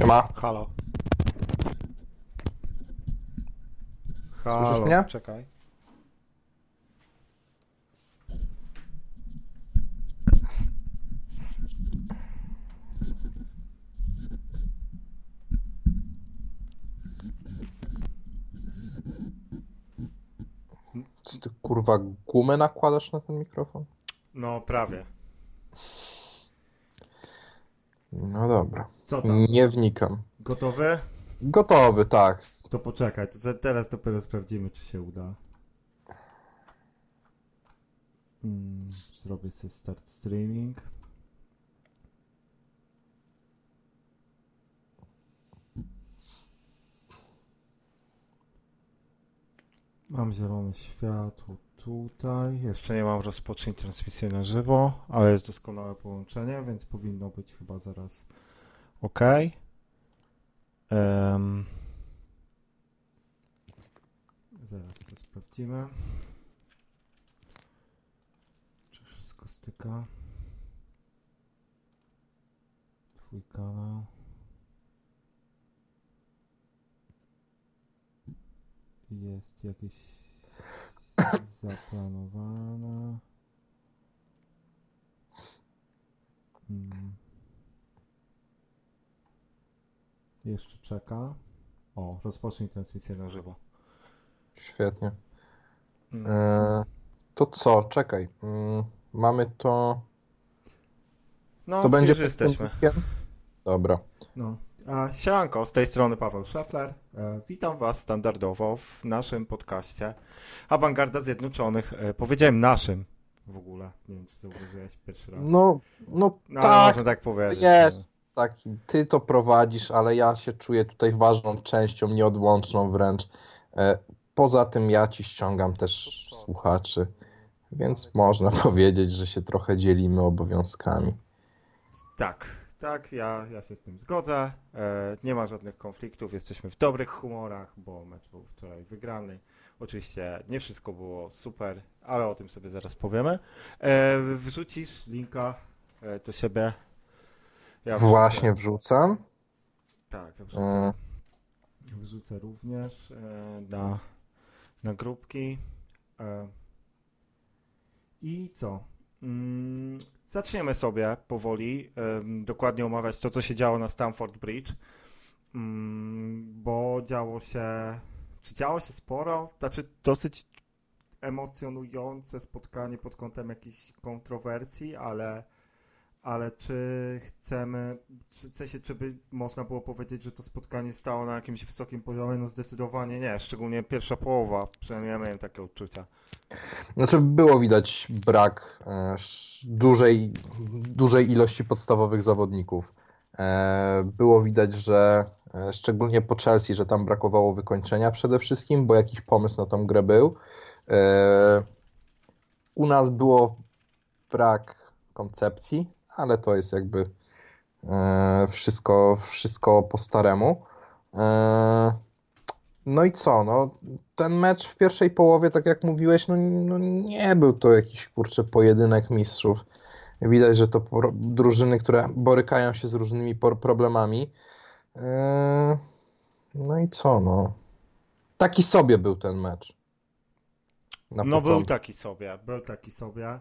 Siema. Halo. Słyszysz mnie? Czekaj. Co ty kurwa gumę nakładasz na ten mikrofon? No prawie. No dobra. Co tam? Nie wnikam. Gotowy? Gotowy, tak. To poczekaj, teraz dopiero sprawdzimy, czy się uda. Zrobię sobie start streaming. Mam zielone światło tutaj. Jeszcze nie mam rozpoczęć transmisji na żywo, ale jest doskonałe połączenie, więc powinno być chyba zaraz ok. Zaraz to sprawdzimy. Czy wszystko styka? Twój kanał. Jest jakieś zaplanowane. Jeszcze czeka. O, rozpocznij transmisję na żywo. Świetnie. To co? Czekaj. Mamy to... No, To będzie już jesteśmy. Dobra. No. Siemanko, z tej strony Paweł Szefler. Witam Was standardowo w naszym podcaście Awangarda Zjednoczonych. Powiedziałem naszym w ogóle. Nie wiem, czy zauważyłeś pierwszy raz. No ale tak, można tak powiedzieć. jest taki. Ty to prowadzisz, ale ja się czuję tutaj ważną częścią, nieodłączną wręcz. Poza tym ja ci ściągam też słuchaczy, więc można powiedzieć, że się trochę dzielimy obowiązkami. Tak, ja się z tym zgodzę. Nie ma żadnych konfliktów, jesteśmy w dobrych humorach, bo mecz był wczoraj wygrany. Oczywiście nie wszystko było super, ale o tym sobie zaraz powiemy. Wrzucisz linka do siebie? Ja Właśnie wrzucam. Tak, ja wrzucę również na grupki. I co? Zaczniemy sobie powoli dokładnie omawiać to, co się działo na Stamford Bridge, bo działo się sporo, znaczy dosyć emocjonujące spotkanie pod kątem jakichś kontrowersji, ale czy chcemy, w sensie, czy by można było powiedzieć, że to spotkanie stało na jakimś wysokim poziomie? No zdecydowanie nie, szczególnie pierwsza połowa, przynajmniej ja miałem takie odczucia. Znaczy było widać brak dużej ilości podstawowych zawodników. Było widać, że szczególnie po Chelsea, że tam brakowało wykończenia przede wszystkim, bo jakiś pomysł na tą grę był. U nas było brak koncepcji, ale to jest jakby wszystko po staremu. No i co? No, ten mecz w pierwszej połowie, tak jak mówiłeś, no nie był to jakiś pojedynek mistrzów. Widać, że to drużyny, które borykają się z różnymi problemami. No i co? No, taki sobie był ten mecz. Był taki sobie.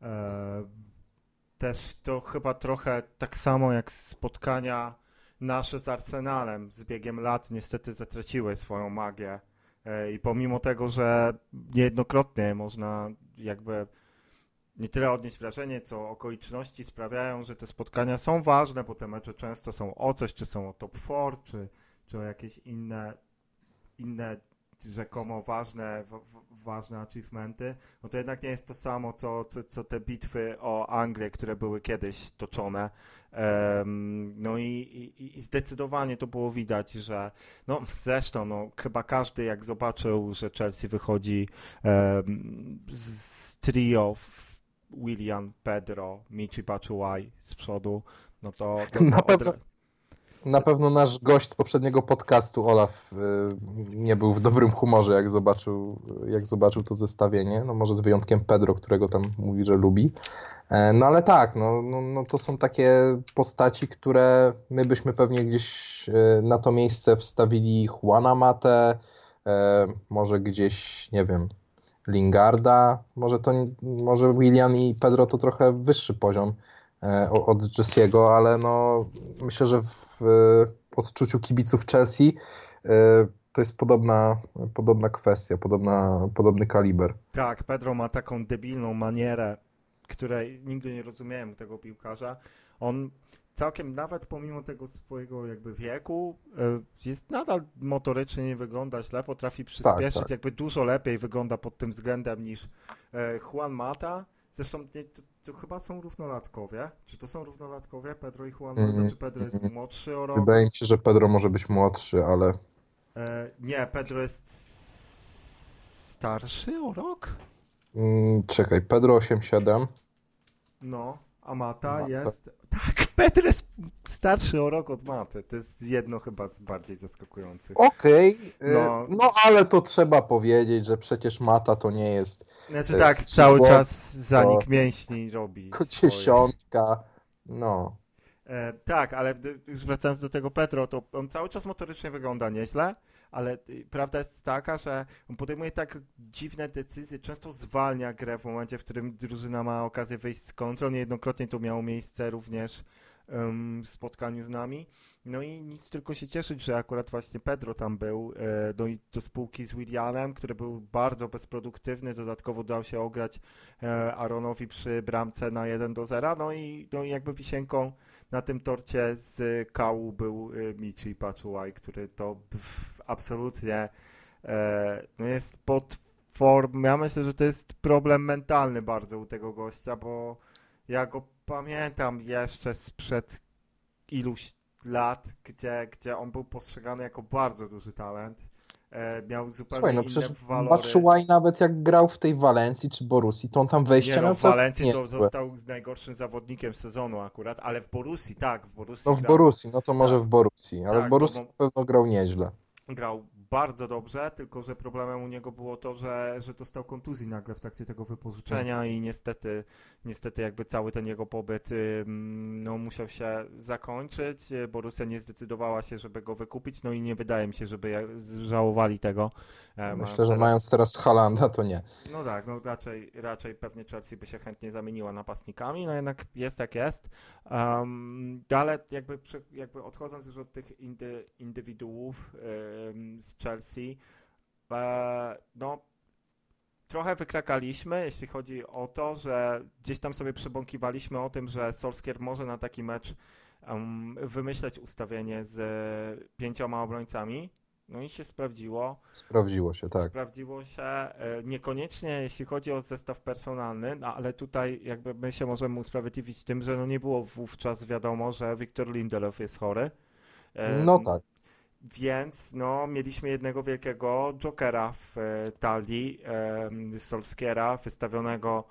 Też to chyba trochę tak samo jak spotkania nasze z Arsenalem z biegiem lat niestety zatraciły swoją magię. I pomimo tego, że niejednokrotnie można jakby nie tyle odnieść wrażenie, co okoliczności sprawiają, że te spotkania są ważne, bo te mecze często są o coś, czy są o top 4, czy o jakieś inne rzekomo ważne achievementy, no to jednak nie jest to samo, co te bitwy o Anglię, które były kiedyś toczone. No i zdecydowanie to było widać, że no zresztą chyba każdy jak zobaczył, że Chelsea wychodzi z trio Willian, Pedro, Michy Batshuayi z przodu, no to Na pewno Na pewno nasz gość z poprzedniego podcastu, Olaf, nie był w dobrym humorze, jak zobaczył to zestawienie. No może z wyjątkiem Pedro, którego tam mówi, że lubi. No ale tak, no to są takie postaci, które my byśmy pewnie gdzieś na to miejsce wstawili Juana Matę, może gdzieś, nie wiem, Lingarda, może Willian i Pedro to trochę wyższy poziom od Jesse'ego, ale no myślę, że w odczuciu kibiców Chelsea to jest podobna kwestia, podobny kaliber. Tak, Pedro ma taką debilną manierę, której nigdy nie rozumiałem u tego piłkarza. On całkiem, nawet pomimo tego swojego jakby wieku, jest nadal motorycznie, nie wygląda źle, potrafi przyspieszyć, tak. jakby dużo lepiej wygląda pod tym względem niż Juan Mata. Zresztą to chyba są równolatkowie. Czy to są równolatkowie, Pedro i Juan Mata? Czy Pedro jest młodszy o rok? Wydaje mi się, że Pedro może być młodszy, ale... Nie, Pedro jest starszy o rok? Czekaj, Pedro 8,7. No, a Mata jest... Tak, Pedro jest starszy o rok od Maty. To jest jedno chyba z bardziej zaskakujących. Okej, no ale to trzeba powiedzieć, że przecież Mata to nie jest... Znaczy tak, cały czas zanik mięśni robi. Dziesiątka, no. Tak, ale już wracając do tego Pedro, to on cały czas motorycznie wygląda nieźle, ale prawda jest taka, że on podejmuje tak dziwne decyzje, często zwalnia grę w momencie, w którym drużyna ma okazję wyjść z kontrol. Niejednokrotnie to miało miejsce również w spotkaniu z nami. No i nic, tylko się cieszyć, że akurat właśnie Pedro tam był do spółki z Willianem, który był bardzo bezproduktywny, dodatkowo dał się ograć Aaronowi przy bramce na 1-0, no i jakby wisienką na tym torcie z Kału był Michy Batshuayi, który to absolutnie no jest pod formą. Ja myślę, że to jest problem mentalny bardzo u tego gościa, bo ja go pamiętam jeszcze sprzed iluś lat, gdzie on był postrzegany jako bardzo duży talent. Miał zupełnie inne walory. Batshuayi nawet jak grał w tej Walencji czy Borussii, to on tam wejście w Walencji to został najgorszym zawodnikiem sezonu akurat, ale w Borussii, tak, w Borussii no w Borussii, no to może w Borussii, ale tak, w Borussii na pewno grał nieźle. Grał bardzo dobrze, tylko że problemem u niego było to, że dostał kontuzji nagle w trakcie tego wypożyczenia i niestety jakby cały ten jego pobyt no, musiał się zakończyć. Borussia nie zdecydowała się, żeby go wykupić, no i nie wydaje mi się, żeby żałowali tego. Myślę, że mając teraz Haalanda, to nie. No tak, no raczej pewnie Chelsea by się chętnie zamieniła napastnikami, no jednak jest jak jest. Ale jakby odchodząc już od tych indywiduów z Chelsea, no trochę wykrakaliśmy, jeśli chodzi o to, że gdzieś tam sobie przebąkiwaliśmy o tym, że Solskjaer może na taki mecz wymyśleć ustawienie z 5 obrońcami. No i się sprawdziło. Sprawdziło się, tak. Sprawdziło się niekoniecznie jeśli chodzi o zestaw personalny, no, ale tutaj jakby my się możemy usprawiedliwić tym, że no nie było wówczas wiadomo, że Victor Lindelof jest chory. No tak. Więc no, mieliśmy jednego wielkiego jokera w talii Solskjaera, wystawionego,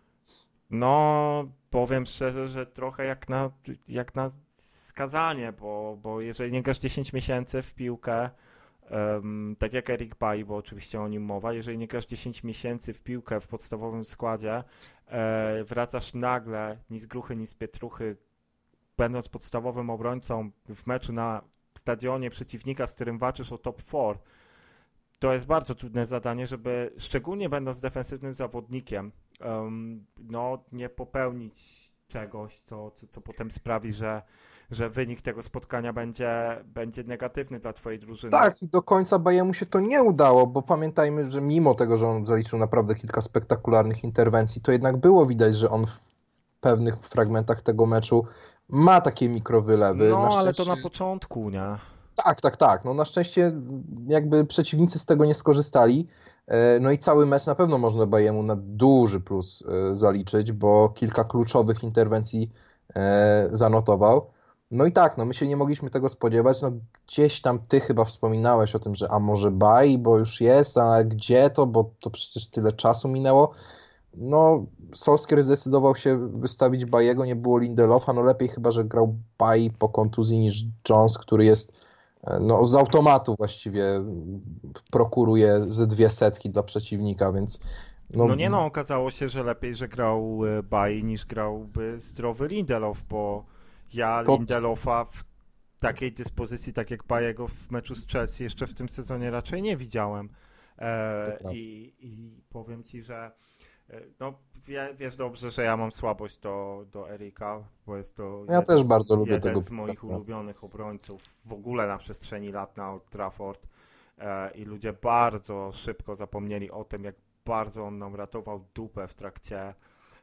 no powiem szczerze, że trochę jak na skazanie, bo jeżeli nie grasz 10 miesięcy w piłkę, tak jak Eric Bailly, bo oczywiście o nim mowa, jeżeli nie grasz 10 miesięcy w piłkę w podstawowym składzie, wracasz nagle, ni z gruchy, ni z pietruchy, będąc podstawowym obrońcą w meczu na stadionie przeciwnika, z którym walczysz o top 4, to jest bardzo trudne zadanie, żeby, szczególnie będąc defensywnym zawodnikiem, no nie popełnić czegoś, co potem sprawi, że wynik tego spotkania będzie negatywny dla twojej drużyny. Tak, i do końca Bayernu się to nie udało, bo pamiętajmy, że mimo tego, że on zaliczył naprawdę kilka spektakularnych interwencji, to jednak było widać, że on w pewnych fragmentach tego meczu ma takie mikrowylewy. No, ale to na początku, nie? Tak. No na szczęście jakby przeciwnicy z tego nie skorzystali. No i cały mecz na pewno można Bayernu na duży plus zaliczyć, bo kilka kluczowych interwencji zanotował. No i tak, no my się nie mogliśmy tego spodziewać. No gdzieś tam ty chyba wspominałeś o tym, że a może Bailly, bo już jest, a gdzie to, bo to przecież tyle czasu minęło. no Solskjaer zdecydował się wystawić Bajego, nie było Lindelofa, no lepiej chyba, że grał Baj po kontuzji niż Jones, który jest no z automatu właściwie prokuruje ze 200 dla przeciwnika, więc no, No nie no, okazało się, że lepiej, że grał Baj niż grałby zdrowy Lindelof, bo ja to Lindelofa w takiej dyspozycji, tak jak Bajego w meczu z Chelsea jeszcze w tym sezonie raczej nie widziałem. prawda. I powiem ci, że no, wiesz dobrze, że ja mam słabość do Erika, bo jest to Ja też bardzo lubię jeden tego z moich piłkarza. ulubionych obrońców w ogóle na przestrzeni lat na Old Trafford. I ludzie bardzo szybko zapomnieli o tym, jak bardzo on nam ratował dupę w trakcie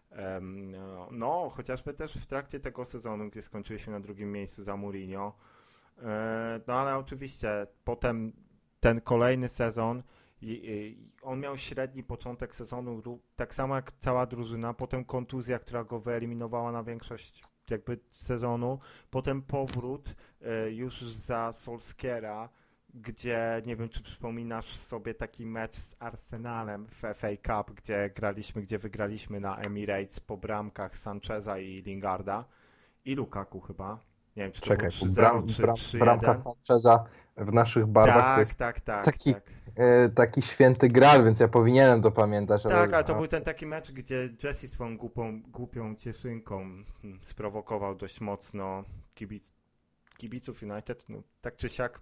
no, chociażby też w trakcie tego sezonu, gdzie skończyliśmy na drugim miejscu za Mourinho. No ale oczywiście potem ten kolejny sezon on miał średni początek sezonu, tak samo jak cała drużyna, potem kontuzja, która go wyeliminowała na większość jakby sezonu, potem powrót już za Solskiera, gdzie nie wiem, czy przypominasz sobie taki mecz z Arsenalem w FA Cup, gdzie wygraliśmy na Emirates po bramkach Sancheza i Lingarda i Lukaku chyba. Nie wiem, czy to było Czekaj, 3-0 czy 3-1. bramka Sancheza w naszych barwach to Tak, jest tak, tak, taki, tak. taki święty gral, więc ja powinienem to pamiętać, Tak, ale to był ten taki mecz, gdzie Jesse swoją głupią cieszynką sprowokował dość mocno kibiców United. No, tak czy siak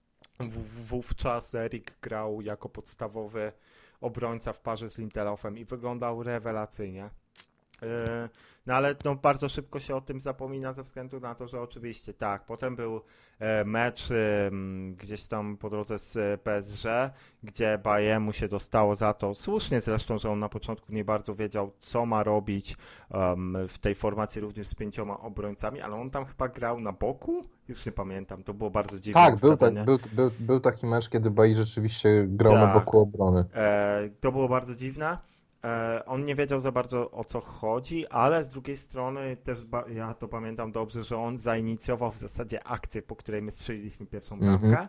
wówczas Erik grał jako podstawowy obrońca w parze z Lindelofem i wyglądał rewelacyjnie. No ale no, bardzo szybko się o tym zapomina ze względu na to, że oczywiście tak, potem był mecz gdzieś tam po drodze z PSG, gdzie Bayernu się dostało za to, słusznie zresztą, że on na początku nie bardzo wiedział, co ma robić w tej formacji również z 5 obrońcami, ale on tam chyba grał na boku? Już nie pamiętam, to było bardzo dziwne Tak, ustawienie. był taki mecz, kiedy Bailly rzeczywiście grał na Tak. boku obrony. To było bardzo dziwne. On nie wiedział za bardzo, o co chodzi, ale z drugiej strony też ja to pamiętam dobrze, że on zainicjował w zasadzie akcję, po której my strzeliliśmy pierwszą bramkę.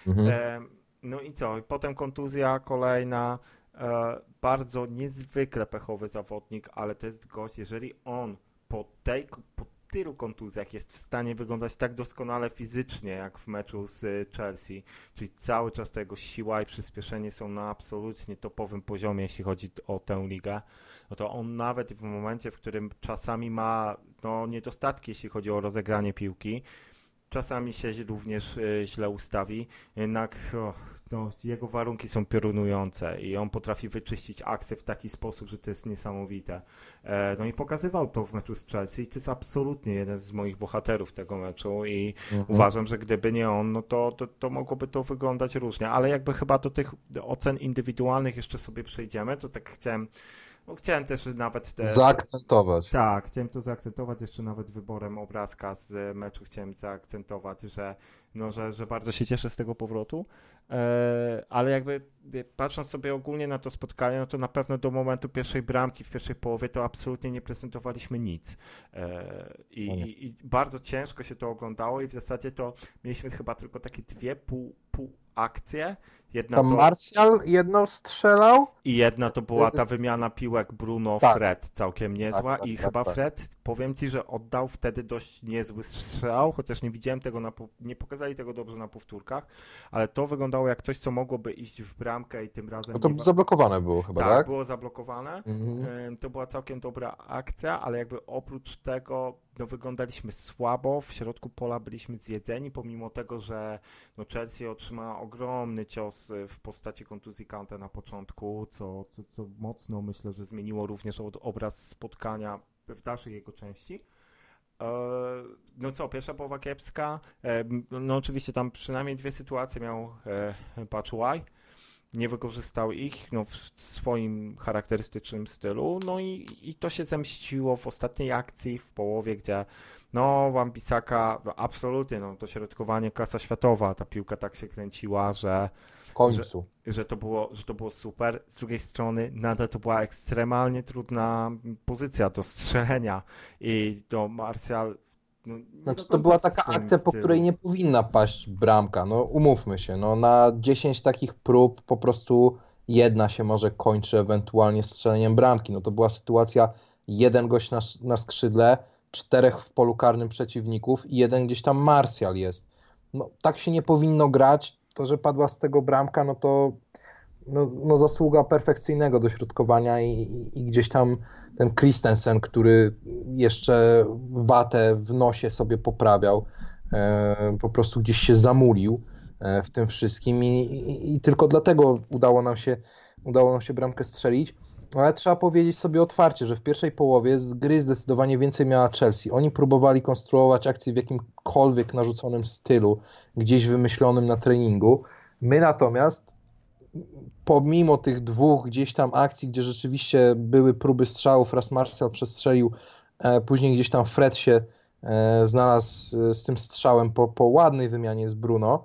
No i co? Potem kontuzja kolejna. Bardzo niezwykle pechowy zawodnik, ale to jest gość, jeżeli on po tylu kontuzjach jest w stanie wyglądać tak doskonale fizycznie, jak w meczu z Chelsea, czyli cały czas to jego siła i przyspieszenie są na absolutnie topowym poziomie, jeśli chodzi o tę ligę, no to on nawet w momencie, w którym czasami ma no, niedostatki, jeśli chodzi o rozegranie piłki, czasami się również źle ustawi, jednak no, jego warunki są piorunujące i on potrafi wyczyścić akcję w taki sposób, że to jest niesamowite. No i pokazywał to w meczu z Chelsea i to jest absolutnie jeden z moich bohaterów tego meczu i uważam, że gdyby nie on, no to mogłoby to wyglądać różnie, ale jakby chyba do tych ocen indywidualnych jeszcze sobie przejdziemy, to tak chciałem też nawet Zaakcentować. tak, chciałem to zaakcentować jeszcze nawet wyborem obrazka z meczu. Chciałem zaakcentować, że bardzo się cieszę z tego powrotu, ale jakby patrząc sobie ogólnie na to spotkanie, no to na pewno do momentu pierwszej bramki w pierwszej połowie to absolutnie nie prezentowaliśmy nic. I bardzo ciężko się to oglądało i w zasadzie to mieliśmy chyba tylko takie dwie pół akcje. Tam Martial jedną strzelał? I jedna to była ta wymiana piłek Bruno-Fred, całkiem niezła i chyba Fred, powiem Ci, że oddał wtedy dość niezły strzał, chociaż nie widziałem tego, nie pokazali tego dobrze na powtórkach, ale to wyglądało jak coś, co mogłoby iść w bramkę i tym razem... No to zablokowane było chyba, tak? Tak, było zablokowane. To była całkiem dobra akcja, ale jakby oprócz tego no, wyglądaliśmy słabo, w środku pola byliśmy zjedzeni, pomimo tego, że no, Chelsea otrzymała ogromny cios w postaci kontuzji Kante na początku, co mocno myślę, że zmieniło również obraz spotkania w dalszej jego części. No co, pierwsza połowa kiepska, no oczywiście tam przynajmniej dwie sytuacje miał Batshuayi, nie wykorzystał ich no, w swoim charakterystycznym stylu, no i to się zemściło w ostatniej akcji w połowie, gdzie no Wan-Bissaka no, absolutnie, no to środkowanie klasa światowa, ta piłka tak się kręciła, że końcu. Że to było super. Z drugiej strony nadal to była ekstremalnie trudna pozycja do strzelenia i to Martial znaczy, to była taka akcja, po której nie powinna paść bramka. No umówmy się, no na 10 takich prób po prostu jedna się może kończy ewentualnie strzeleniem bramki. No to była sytuacja, jeden gość na skrzydle, 4 w polu karnym przeciwników i jeden gdzieś tam Martial jest. No tak się nie powinno grać. To, że padła z tego bramka, no to no zasługa perfekcyjnego dośrodkowania i gdzieś tam ten Christensen, który jeszcze watę w nosie sobie poprawiał, po prostu gdzieś się zamulił w tym wszystkim i tylko dlatego udało nam się bramkę strzelić. Ale trzeba powiedzieć sobie otwarcie, że w pierwszej połowie z gry zdecydowanie więcej miała Chelsea. Oni próbowali konstruować akcje w jakimkolwiek narzuconym stylu, gdzieś wymyślonym na treningu. My natomiast pomimo tych 2 gdzieś tam akcji, gdzie rzeczywiście były próby strzałów, raz Martial przestrzelił, później gdzieś tam Fred się znalazł z tym strzałem po ładnej wymianie z Bruno,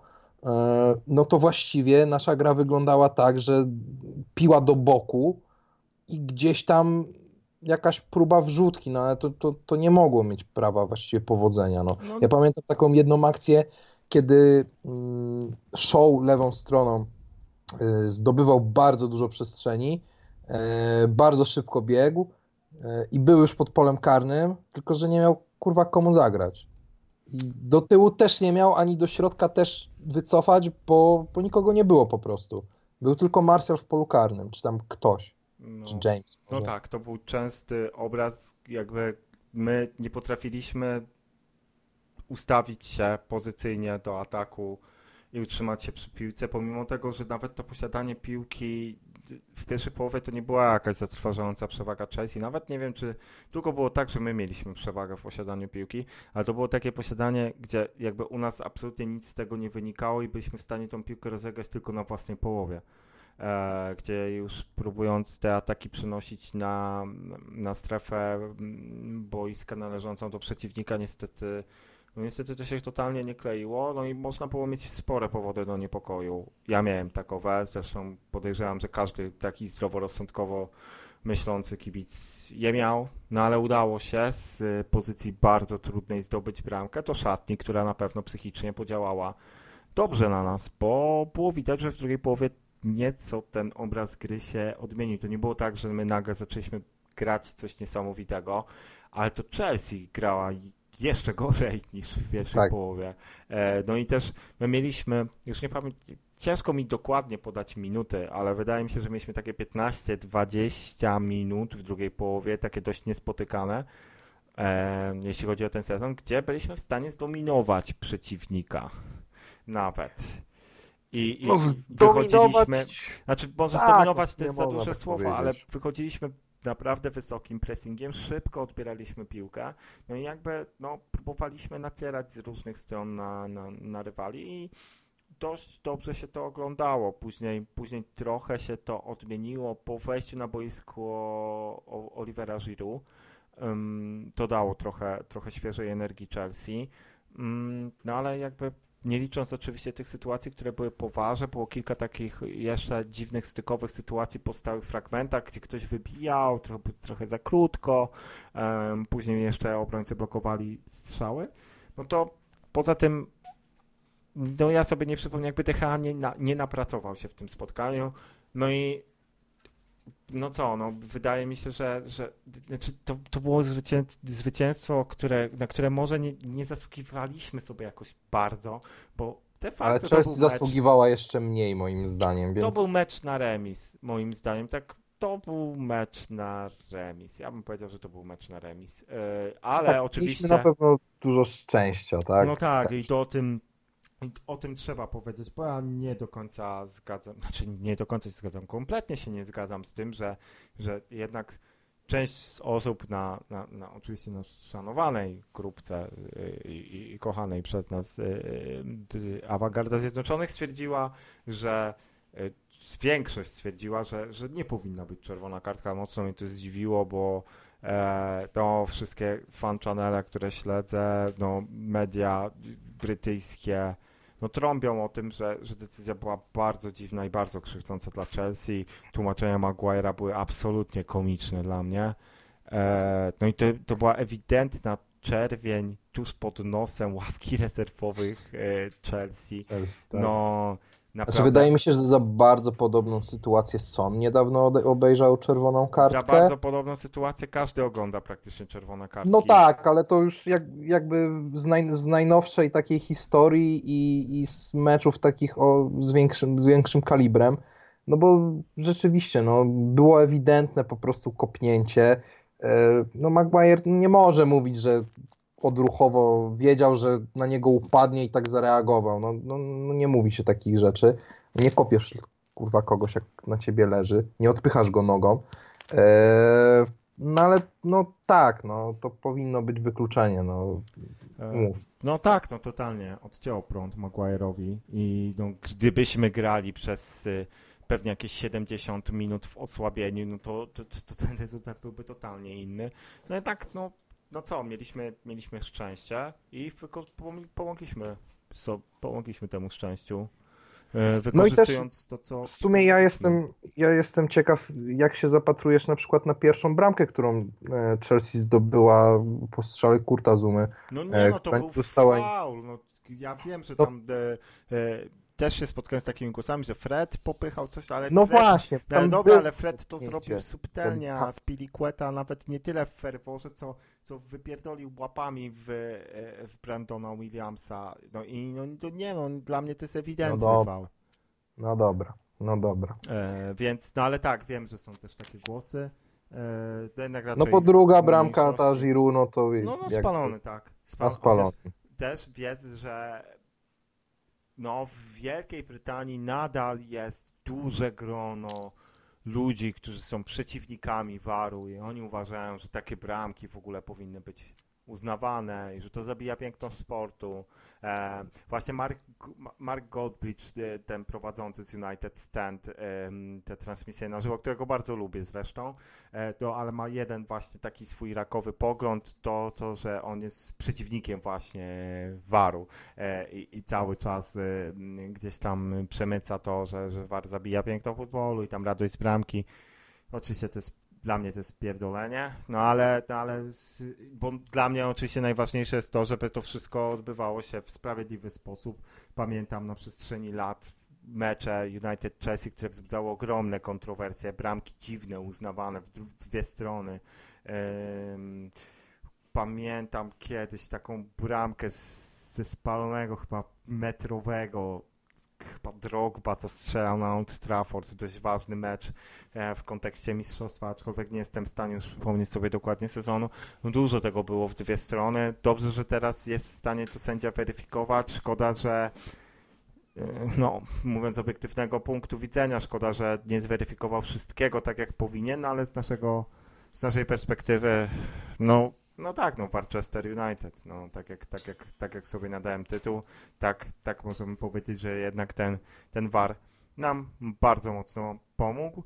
no to właściwie nasza gra wyglądała tak, że piła do boku i gdzieś tam jakaś próba wrzutki, no ale to nie mogło mieć prawa właściwie powodzenia. No. Ja pamiętam taką jedną akcję, kiedy Shaw lewą stroną zdobywał bardzo dużo przestrzeni, bardzo szybko biegł i był już pod polem karnym, tylko że nie miał kurwa komu zagrać. I do tyłu też nie miał, ani do środka też wycofać, bo nikogo nie było po prostu. Był tylko Martial w polu karnym, czy tam ktoś, czy James. No tak, to był częsty obraz, jakby my nie potrafiliśmy ustawić się pozycyjnie do ataku i utrzymać się przy piłce, pomimo tego, że nawet to posiadanie piłki w pierwszej połowie to nie była jakaś zatrważająca przewaga Chelsea. Nawet nie wiem, czy tylko było tak, że my mieliśmy przewagę w posiadaniu piłki, ale to było takie posiadanie, gdzie jakby u nas absolutnie nic z tego nie wynikało i byliśmy w stanie tą piłkę rozegrać tylko na własnej połowie. Gdzie już próbując te ataki przenosić na strefę boiska należącą do przeciwnika, niestety to się totalnie nie kleiło, no i można było mieć spore powody do niepokoju. Ja miałem takowe, zresztą podejrzewam, że każdy taki zdroworozsądkowo myślący kibic je miał, no ale udało się z pozycji bardzo trudnej zdobyć bramkę do szatni, która na pewno psychicznie podziałała dobrze na nas, bo było widać, że w drugiej połowie nieco ten obraz gry się odmienił. To nie było tak, że my nagle zaczęliśmy grać coś niesamowitego, ale to Chelsea grała jeszcze gorzej niż w pierwszej połowie. No i też my mieliśmy, już nie pamiętam, ciężko mi dokładnie podać minuty, ale wydaje mi się, że mieliśmy takie 15-20 minut w drugiej połowie, takie dość niespotykane, jeśli chodzi o ten sezon, gdzie byliśmy w stanie zdominować przeciwnika nawet. I wychodziliśmy, znaczy może zdominować to jest za duże słowo, ale wychodziliśmy naprawdę wysokim pressingiem, szybko odbieraliśmy piłkę, no i jakby próbowaliśmy nacierać z różnych stron na rywali i dość dobrze się to oglądało. Później trochę się to odmieniło po wejściu na boisko Olivera Giroud. To dało trochę świeżej energii Chelsea, no ale jakby nie licząc oczywiście tych sytuacji, które były po warze, było kilka takich jeszcze dziwnych, stykowych sytuacji po stałych fragmentach, gdzie ktoś wybijał, trochę za krótko, później jeszcze obrońcy blokowali strzały. No to poza tym, no ja sobie nie przypomnę, jakby DHA nie napracował się w tym spotkaniu, no i wydaje mi się, że znaczy to było zwycięstwo, na które może nie zasługiwaliśmy sobie jakoś bardzo, bo de facto ale Chelsea zasługiwała jeszcze mniej moim zdaniem, więc... To był mecz na remis, moim zdaniem, tak, to był mecz na remis. Ja bym powiedział, że to był mecz na remis, ale tak, oczywiście... na pewno dużo szczęścia, tak? No tak, i to o tym trzeba powiedzieć, bo ja nie do końca zgadzam, kompletnie się nie zgadzam z tym, że jednak część z osób oczywiście na szanowanej grupce i kochanej przez nas awangarda Zjednoczonych stwierdziła, że większość stwierdziła, że nie powinna być czerwona kartka. Mocno mnie to zdziwiło, bo wszystkie fan channele, które śledzę, media brytyjskie, trąbią o tym, że decyzja była bardzo dziwna i bardzo krzywdząca dla Chelsea. Tłumaczenia Maguire'a były absolutnie komiczne dla mnie. No i to była ewidentna czerwień tuż pod nosem ławki rezerwowych Chelsea. Tak. No, Znaczy, Naprawdę. wydaje mi się, że za bardzo podobną sytuację Son niedawno obejrzał czerwoną Za kartkę. bardzo podobną sytuację każdy ogląda praktycznie czerwone No kartki. tak, ale to już jakby z najnowszej takiej historii i z meczów takich z większym kalibrem. No bo rzeczywiście, no, było ewidentne po prostu kopnięcie. No Maguire nie może mówić, że odruchowo wiedział, że na niego upadnie i tak zareagował. No nie mówi się takich rzeczy. Nie kopiesz kurwa kogoś, jak na ciebie leży. Nie odpychasz go nogą. No ale no tak, no to powinno być wykluczenie, no mów. No tak, no totalnie odciął prąd Maguire'owi i no, gdybyśmy grali przez pewnie jakieś 70 minut w osłabieniu, no to ten rezultat byłby totalnie inny. No i tak, no co, mieliśmy szczęście i pomogliśmy temu szczęściu, No i też wykorzystując to, co... w sumie ja jestem ciekaw, jak się zapatrujesz na przykład na pierwszą bramkę, którą Chelsea zdobyła po strzale Kurta Zumy, No nie, no to która był nie została... faul. No, ja wiem, że No, tam też się spotkałem z takimi głosami, że Fred popychał coś, ale no Fred, właśnie, no, ale tam dobra, było ale Fred to zrobił kopnięcie. subtelnie, a Spilicueta nawet nie tyle w ferworze, co wypierdolił łapami w Brandona Williamsa. No i no, to nie, no dla mnie to jest No ewidentny dobra, faul. no dobra. Więc, no ale tak, wiem, że są też takie głosy. To jednak No raczej bo druga bramka, ta mniejszości. Giroud, no to No jakby spalony, tak. na spalony. Też wiedz, że no, w Wielkiej Brytanii nadal jest duże grono ludzi, którzy są przeciwnikami VAR-u i oni uważają, że takie bramki w ogóle powinny być uznawane i że to zabija piękno sportu. Właśnie Mark Goldbridge, ten prowadzący z United Stand, tę transmisję na żywo, którego bardzo lubię zresztą, ale ma jeden właśnie taki swój rakowy pogląd, to że on jest przeciwnikiem właśnie VAR-u i cały czas gdzieś tam przemyca to, że VAR zabija piękno futbolu i tam radość z bramki. Oczywiście dla mnie to jest pierdolenie, bo dla mnie oczywiście najważniejsze jest to, żeby to wszystko odbywało się w sprawiedliwy sposób. Pamiętam na przestrzeni lat mecze United-Chelsea, które wzbudzały ogromne kontrowersje, bramki dziwne, uznawane w dwie strony. Pamiętam kiedyś taką bramkę ze spalonego chyba metrowego, chyba Drogba to strzelał na Old Trafford, dość ważny mecz w kontekście mistrzostwa, aczkolwiek nie jestem w stanie już przypomnieć sobie dokładnie sezonu. No dużo tego było w dwie strony. Dobrze, że teraz jest w stanie to sędzia weryfikować. Szkoda, że no, mówiąc z obiektywnego punktu widzenia, szkoda, że nie zweryfikował wszystkiego tak jak powinien, no ale z naszej perspektywy, no tak, no Manchester United, no tak jak sobie nadałem tytuł, tak możemy powiedzieć, że jednak ten VAR nam bardzo mocno pomógł.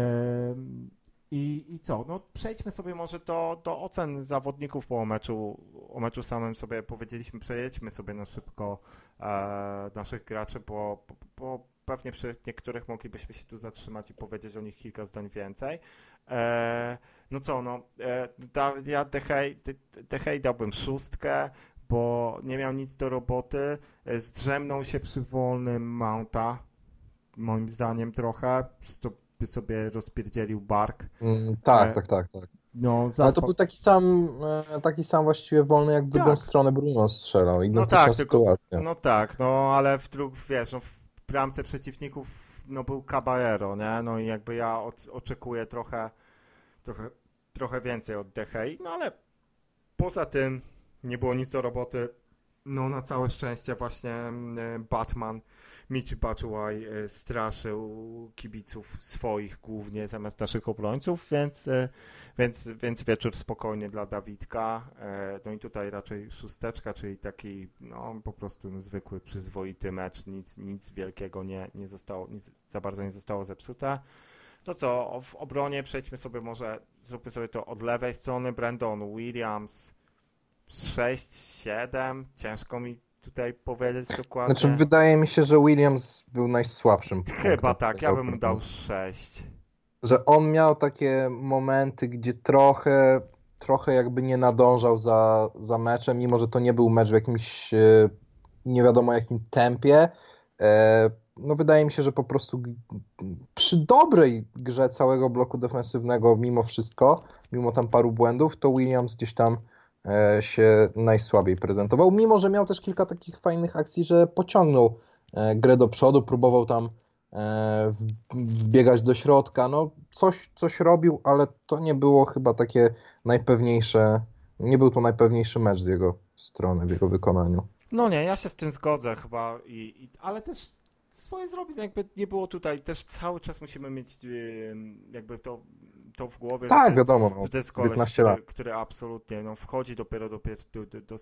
I co? No przejdźmy sobie może do ocen zawodników po meczu. O meczu samym sobie powiedzieliśmy, przejedźmy sobie na szybko naszych graczy, bo pewnie przy niektórych moglibyśmy się tu zatrzymać i powiedzieć o nich kilka zdań więcej. No co, ja De Gea dałbym 6, bo nie miał nic do roboty, zdrzemnął się przy wolnym Mounta, moim zdaniem trochę, przez co by sobie rozpierdzielił bark. Tak. No, Ale to był taki sam właściwie wolny, jak w drugą stronę Bruno strzelał. Identyczna sytuacja. No tak, ale wiesz, w bramce przeciwników był Caballero, nie? No i jakby ja oczekuję trochę więcej od De Gei, no ale poza tym nie było nic do roboty. No na całe szczęście właśnie Batman Michy Batshuayi straszył kibiców swoich głównie zamiast naszych obrońców, więc wieczór spokojnie dla Dawidka. No i tutaj raczej 6, czyli taki po prostu zwykły, przyzwoity mecz, nic wielkiego nie zostało, nic za bardzo nie zostało zepsute. To co, w obronie przejdźmy sobie zróbmy sobie to od lewej strony. Brandon Williams 6, 7, ciężko mi tutaj powiedzieć dokładnie. Znaczy wydaje mi się, że Williams był najsłabszym. Chyba tak, ja bym mu dał 6. Że on miał takie momenty, gdzie trochę jakby nie nadążał za meczem, mimo że to nie był mecz w jakimś nie wiadomo jakim tempie. no wydaje mi się, że po prostu przy dobrej grze całego bloku defensywnego mimo wszystko, mimo tam paru błędów, to Williams gdzieś tam się najsłabiej prezentował, mimo że miał też kilka takich fajnych akcji, że pociągnął grę do przodu, próbował tam wbiegać do środka, no coś robił, ale to nie było chyba takie najpewniejsze, nie był to najpewniejszy mecz z jego strony, w jego wykonaniu. No nie, ja się z tym zgodzę chyba, ale też swoje zrobić, jakby nie było tutaj, też cały czas musimy mieć jakby to w głowie, Tak, że to jest, wiadomo, no, że to jest koleś, 19 lat. który absolutnie wchodzi dopiero do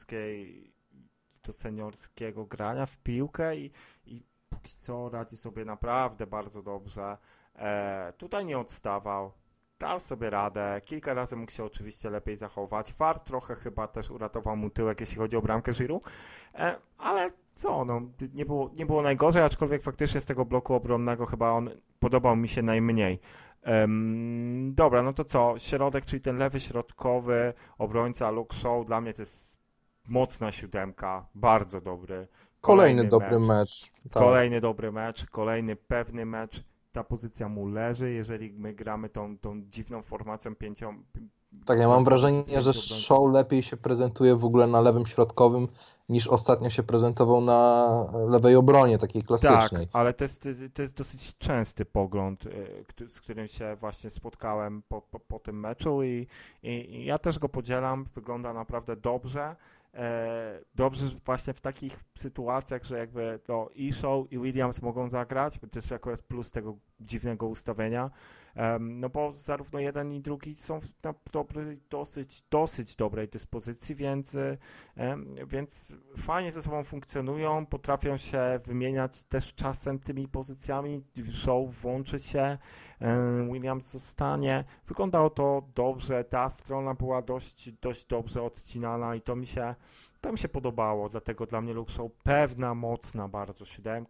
seniorskiego grania w piłkę i póki co radzi sobie naprawdę bardzo dobrze. Tutaj nie odstawał, dał sobie radę, kilka razy mógł się oczywiście lepiej zachować. VAR trochę chyba też uratował mu tyłek, jeśli chodzi o bramkę Giroud, ale co, no, nie było najgorzej, aczkolwiek faktycznie z tego bloku obronnego chyba on podobał mi się najmniej. Dobra, no to co, środek, czyli ten lewy środkowy obrońca Luke Shaw, dla mnie to jest mocna 7, bardzo dobry. Kolejny dobry mecz. Tak. Kolejny dobry mecz, kolejny pewny mecz. Ta pozycja mu leży, jeżeli my gramy tą dziwną formacją pięcią. Tak, ja mam wrażenie, że Shaw lepiej się prezentuje w ogóle na lewym środkowym niż ostatnio się prezentował na lewej obronie, takiej klasycznej. Tak, ale to jest dosyć częsty pogląd, z którym się właśnie spotkałem po tym meczu i ja też go podzielam, wygląda naprawdę dobrze. Dobrze właśnie w takich sytuacjach, że jakby to i Shaw i Williams mogą zagrać, bo to jest akurat plus tego dziwnego ustawienia, no bo zarówno jeden i drugi są na dosyć dobrej dyspozycji, więc fajnie ze sobą funkcjonują, potrafią się wymieniać też czasem tymi pozycjami, Shaw włączy się, Williams zostanie. Wyglądało to dobrze, ta strona była dość dobrze odcinana i to mi się podobało, dlatego dla mnie Luke Shaw pewna, mocna bardzo 7.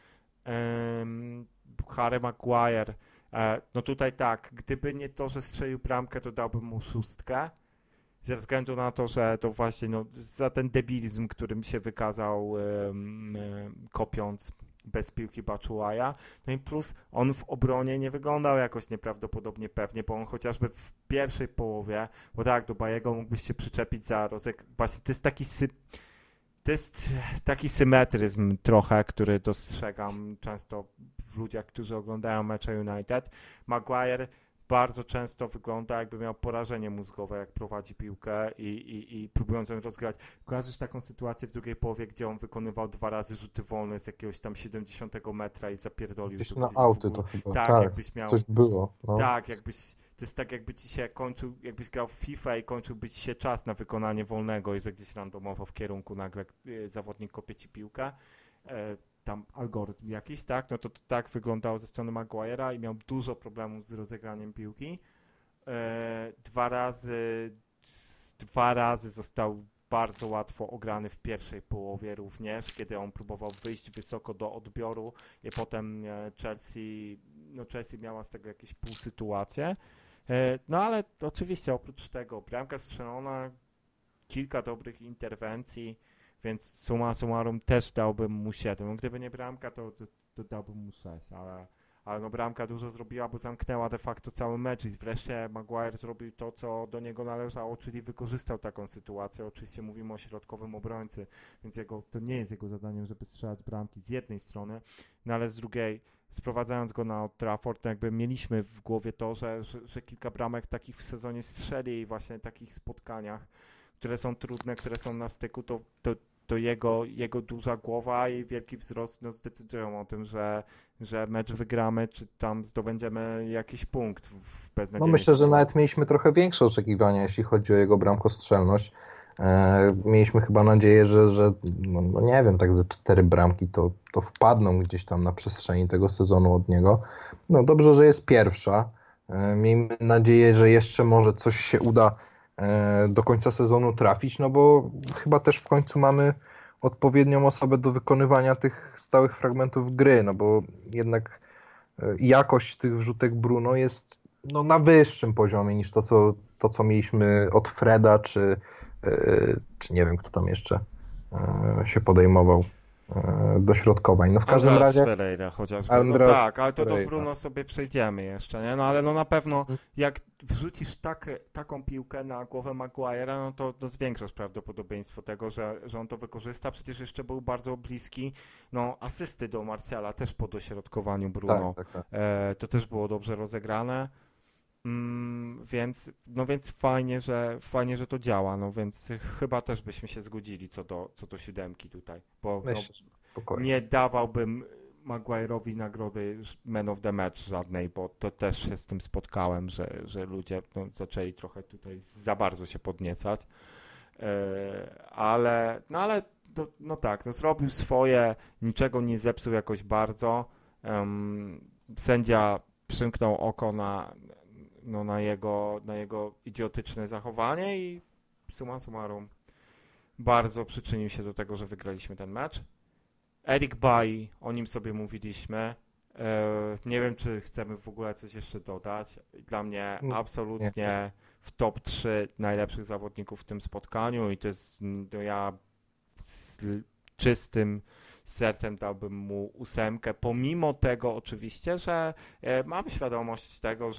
Harry Maguire, no tutaj tak, gdyby nie to, że strzelił bramkę, to dałbym mu 6, ze względu na to, że to właśnie za ten debilizm, którym się wykazał kopiąc bez piłki Batshuaya. No i plus on w obronie nie wyglądał jakoś nieprawdopodobnie pewnie, bo on chociażby w pierwszej połowie, bo tak, do Bajego mógłbyś się przyczepić za właśnie to jest taki symetryzm trochę, który dostrzegam często w ludziach, którzy oglądają mecze United. Maguire bardzo często wygląda, jakby miał porażenie mózgowe, jak prowadzi piłkę i próbując ją rozgrać. Kojarzysz taką sytuację w drugiej połowie, gdzie on wykonywał 2 razy rzuty wolne z jakiegoś tam 70 metra i zapierdolił. Gdzieś na auty to chyba. Tak, jakbyś miał. Coś było. No. Tak, to jest tak, jakby ci się kończył, jakbyś grał w FIFA i kończyłby ci się czas na wykonanie wolnego i że gdzieś randomowo w kierunku nagle zawodnik kopie ci piłkę. Tam algorytm jakiś, tak? No to tak wyglądało ze strony Maguire'a i miał dużo problemów z rozegraniem piłki. 2 razy został bardzo łatwo ograny w pierwszej połowie również, kiedy on próbował wyjść wysoko do odbioru i potem Chelsea miała z tego jakieś półsytuacje. No ale oczywiście oprócz tego bramka strzelona, kilka dobrych interwencji, więc summa summarum też dałbym mu 7. Gdyby nie bramka, to dałbym mu 6, ale no bramka dużo zrobiła, bo zamknęła de facto cały mecz i wreszcie Maguire zrobił to, co do niego należało, czyli wykorzystał taką sytuację. Oczywiście mówimy o środkowym obrońcy, więc to nie jest jego zadaniem, żeby strzelać bramki z jednej strony, no ale z drugiej, sprowadzając go na Old Trafford, to jakby mieliśmy w głowie to, że kilka bramek takich w sezonie strzeli i właśnie takich spotkaniach, które są trudne, które są na styku, to jego duża głowa i wielki wzrost zdecydują o tym, że mecz wygramy, czy tam zdobędziemy jakiś punkt w beznadziejnej myślę, sytuacji. że nawet mieliśmy trochę większe oczekiwania, jeśli chodzi o jego bramkostrzelność. Mieliśmy chyba nadzieję, że no nie wiem, tak ze 4 bramki to wpadną gdzieś tam na przestrzeni tego sezonu od niego. No dobrze, że jest pierwsza. Miejmy nadzieję, że jeszcze może coś się uda do końca sezonu trafić, no bo chyba też w końcu mamy odpowiednią osobę do wykonywania tych stałych fragmentów gry, no bo jednak jakość tych wrzutek Bruno jest na wyższym poziomie niż to, co mieliśmy od Freda, czy nie wiem, kto tam jeszcze się podejmował. dośrodkowań. No w każdym Andreas razie Ferreira chociażby. No Andreas tak, ale to do Pereira. Bruno sobie przejdziemy jeszcze, nie? No ale no na pewno jak wrzucisz taką piłkę na głowę Maguire'a, no to zwiększasz prawdopodobieństwo tego, że on to wykorzysta. Przecież jeszcze był bardzo bliski, no asysty do Martiala też po dośrodkowaniu Tak, Bruno. tak, tak. To też było dobrze rozegrane. Więc fajnie, że to działa, no więc chyba też byśmy się zgodzili co do siódemki tutaj, bo no, Myślę, że spokojnie. nie dawałbym Maguire'owi nagrody Man of the Match żadnej, bo to też się z tym spotkałem, że ludzie zaczęli trochę tutaj za bardzo się podniecać, ale no tak, no zrobił swoje, niczego nie zepsuł jakoś bardzo. Sędzia przymknął oko na jego idiotyczne zachowanie i summa summarum bardzo przyczynił się do tego, że wygraliśmy ten mecz. Eric Bailly, o nim sobie mówiliśmy. Nie wiem, czy chcemy w ogóle coś jeszcze dodać. Dla mnie absolutnie w top 3 najlepszych zawodników w tym spotkaniu i to jest, no ja z czystym sercem dałbym mu 8, pomimo tego oczywiście, że mam świadomość tego,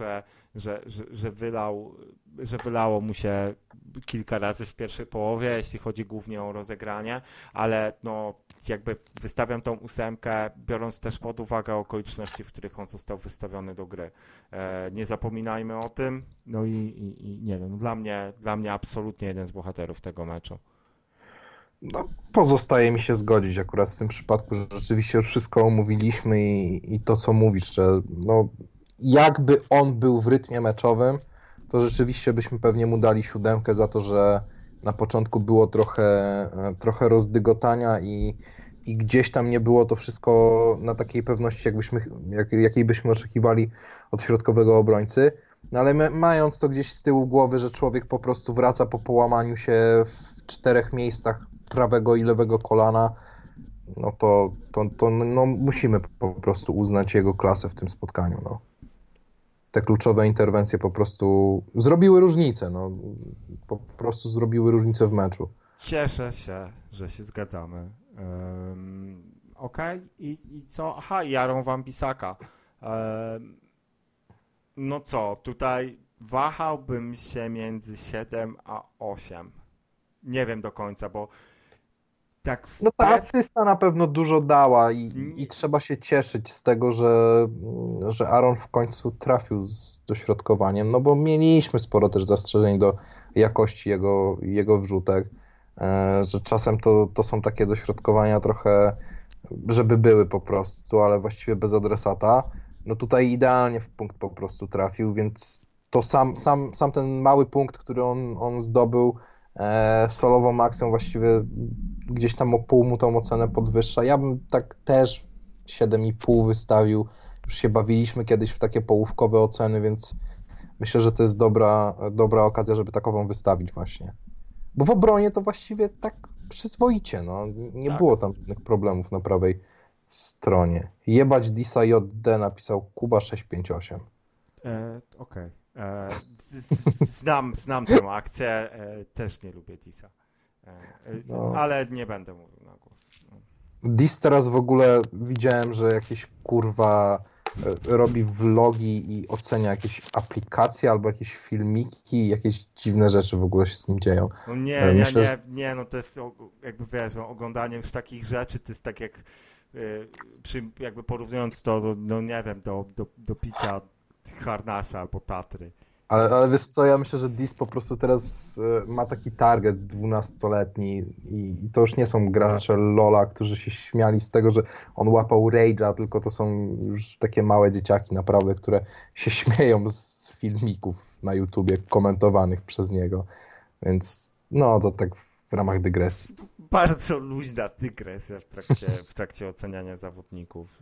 że wylało mu się kilka razy w pierwszej połowie, jeśli chodzi głównie o rozegranie, ale no jakby wystawiam tą 8, biorąc też pod uwagę okoliczności, w których on został wystawiony do gry. Nie zapominajmy o tym, no i nie wiem, dla mnie absolutnie jeden z bohaterów tego meczu. No, pozostaje mi się zgodzić akurat w tym przypadku, że rzeczywiście już wszystko omówiliśmy i to, co mówisz, że no, jakby on był w rytmie meczowym, to rzeczywiście byśmy pewnie mu dali 7 za to, że na początku było trochę rozdygotania i gdzieś tam nie było to wszystko na takiej pewności, jakiej byśmy oczekiwali od środkowego obrońcy. No ale mając to gdzieś z tyłu głowy, że człowiek po prostu wraca po połamaniu się w 4 miejscach prawego i lewego kolana, no to no, musimy po prostu uznać jego klasę w tym spotkaniu. No. Te kluczowe interwencje po prostu zrobiły różnicę. No. Po prostu zrobiły różnicę w meczu. Cieszę się, że się zgadzamy. Okej. I co? Aha, Jaron Wan-Bissaka. No co, tutaj wahałbym się między 7 a 8. Nie wiem do końca, bo tak No ta asysta na pewno dużo dała i trzeba się cieszyć z tego, że Aaron w końcu trafił z dośrodkowaniem, no bo mieliśmy sporo też zastrzeżeń do jakości jego wrzutek, że czasem to są takie dośrodkowania trochę, żeby były po prostu, ale właściwie bez adresata. No tutaj idealnie w punkt po prostu trafił, więc to sam ten mały punkt, który on zdobył, solową akcją właściwie gdzieś tam o pół mu tą ocenę podwyższa. Ja bym tak też 7,5 wystawił. Już się bawiliśmy kiedyś w takie połówkowe oceny, więc myślę, że to jest dobra okazja, żeby takową wystawić właśnie. Bo w obronie to właściwie tak przyzwoicie, no. Nie było tam żadnych problemów na prawej stronie. Jebać Disa JD napisał Kuba 658. Okej. Znam tę akcję, też nie lubię Disa, ale nie będę mówił na głos. Dis teraz w ogóle widziałem, że jakieś kurwa robi vlogi i ocenia jakieś aplikacje albo jakieś filmiki, jakieś dziwne rzeczy w ogóle się z nim dzieją. No nie, no to jest jakby wiesz, oglądanie już takich rzeczy, to jest tak jak jakby porównując to, no nie wiem, do picia harnasa albo Tatry. Ale wiesz co, ja myślę, że Dis po prostu teraz ma taki target 12-letni i to już nie są gracze LoL'a, którzy się śmiali z tego, że on łapał Rage'a, tylko to są już takie małe dzieciaki naprawdę, które się śmieją z filmików na YouTubie komentowanych przez niego. Więc no to tak w ramach dygresji. Bardzo luźna dygresja w trakcie oceniania zawodników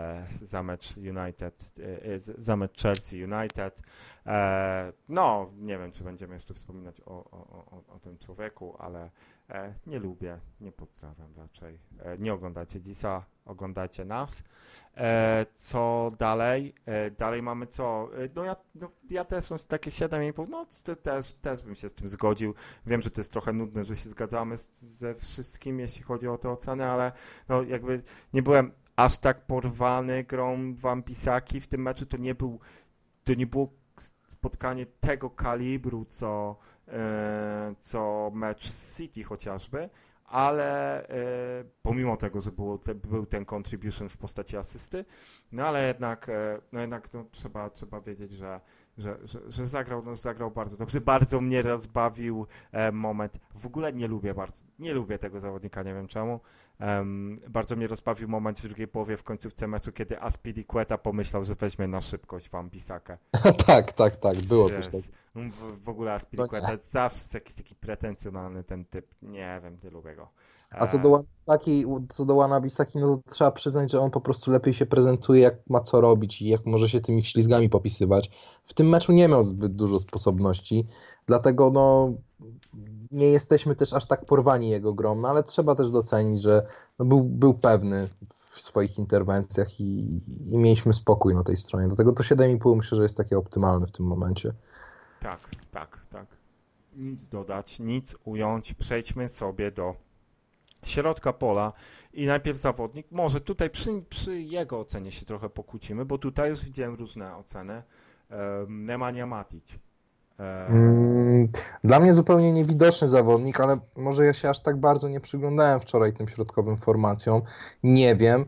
za mecz Chelsea United. No, nie wiem, czy będziemy jeszcze wspominać o tym człowieku, ale nie lubię, nie pozdrawiam raczej. Nie oglądacie Disa, oglądajcie nas. Co dalej? Dalej mamy co? Ja też mam takie 7,5, no też bym się z tym zgodził. Wiem, że to jest trochę nudne, że się zgadzamy ze wszystkim, jeśli chodzi o te oceny, ale no jakby nie byłem aż tak porwany grą Wan-Bissaki w tym meczu, to nie było spotkanie tego kalibru, co mecz z City chociażby, ale pomimo tego, że był ten contribution w postaci asysty, no ale jednak, trzeba wiedzieć, że zagrał bardzo dobrze. Bardzo mnie rozbawił moment. W ogóle nie lubię tego zawodnika, nie wiem czemu. Bardzo mnie rozbawił moment w drugiej połowie w końcówce meczu, kiedy Azpilicueta pomyślał, że weźmie na szybkość Wan-Bissakę. Tak, było coś takiego. W ogóle Azpilicueta jest zawsze jakiś taki pretensjonalny ten typ. Nie wiem, nie lubię go. A co do Wan-Bissaki, no to trzeba przyznać, że on po prostu lepiej się prezentuje, jak ma co robić i jak może się tymi ślizgami popisywać. W tym meczu nie miał zbyt dużo sposobności, dlatego no nie jesteśmy też aż tak porwani jego grą, no ale trzeba też docenić, że no, był pewny w swoich interwencjach i mieliśmy spokój na tej stronie. Dlatego to 7,5 myślę, że jest takie optymalne w tym momencie. Tak. Nic dodać, nic ująć. Przejdźmy sobie do środka pola i najpierw zawodnik. Może tutaj przy jego ocenie się trochę pokłócimy, bo tutaj już widziałem różne oceny. Nemanja Matic. Dla mnie zupełnie niewidoczny zawodnik, ale może ja się aż tak bardzo nie przyglądałem wczoraj tym środkowym formacjom. Nie wiem.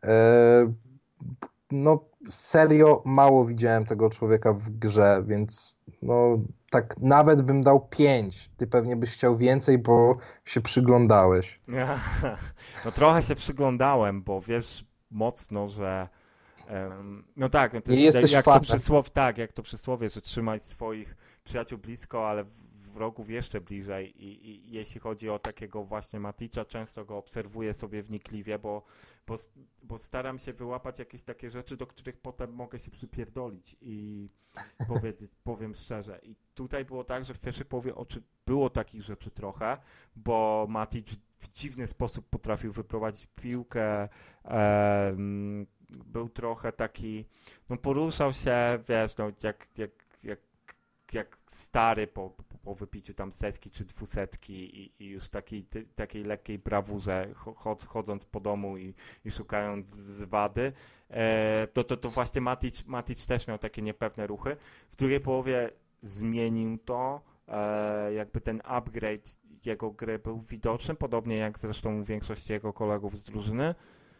No serio mało widziałem tego człowieka w grze, więc no tak nawet bym dał 5. Ty pewnie byś chciał więcej, bo się przyglądałeś. No trochę się przyglądałem, bo wiesz mocno, że no tak, no to Nie jest jesteś jak to przysłowie, że trzymaj swoich przyjaciół blisko, ale wrogów jeszcze bliżej i jeśli chodzi o takiego właśnie Maticza, często go obserwuję sobie wnikliwie, bo staram się wyłapać jakieś takie rzeczy, do których potem mogę się przypierdolić i powiem szczerze. I tutaj było tak, że w pierwszej połowie było takich rzeczy trochę, bo Matic w dziwny sposób potrafił wyprowadzić piłkę, był trochę taki, no poruszał się, wiesz, no jak stary po wypiciu tam setki czy 200 i już takiej lekkiej brawurze chodząc po domu i szukając zwady, to właśnie Matic też miał takie niepewne ruchy. W drugiej połowie zmienił to, jakby ten upgrade jego gry był widoczny, podobnie jak zresztą u większości jego kolegów z drużyny.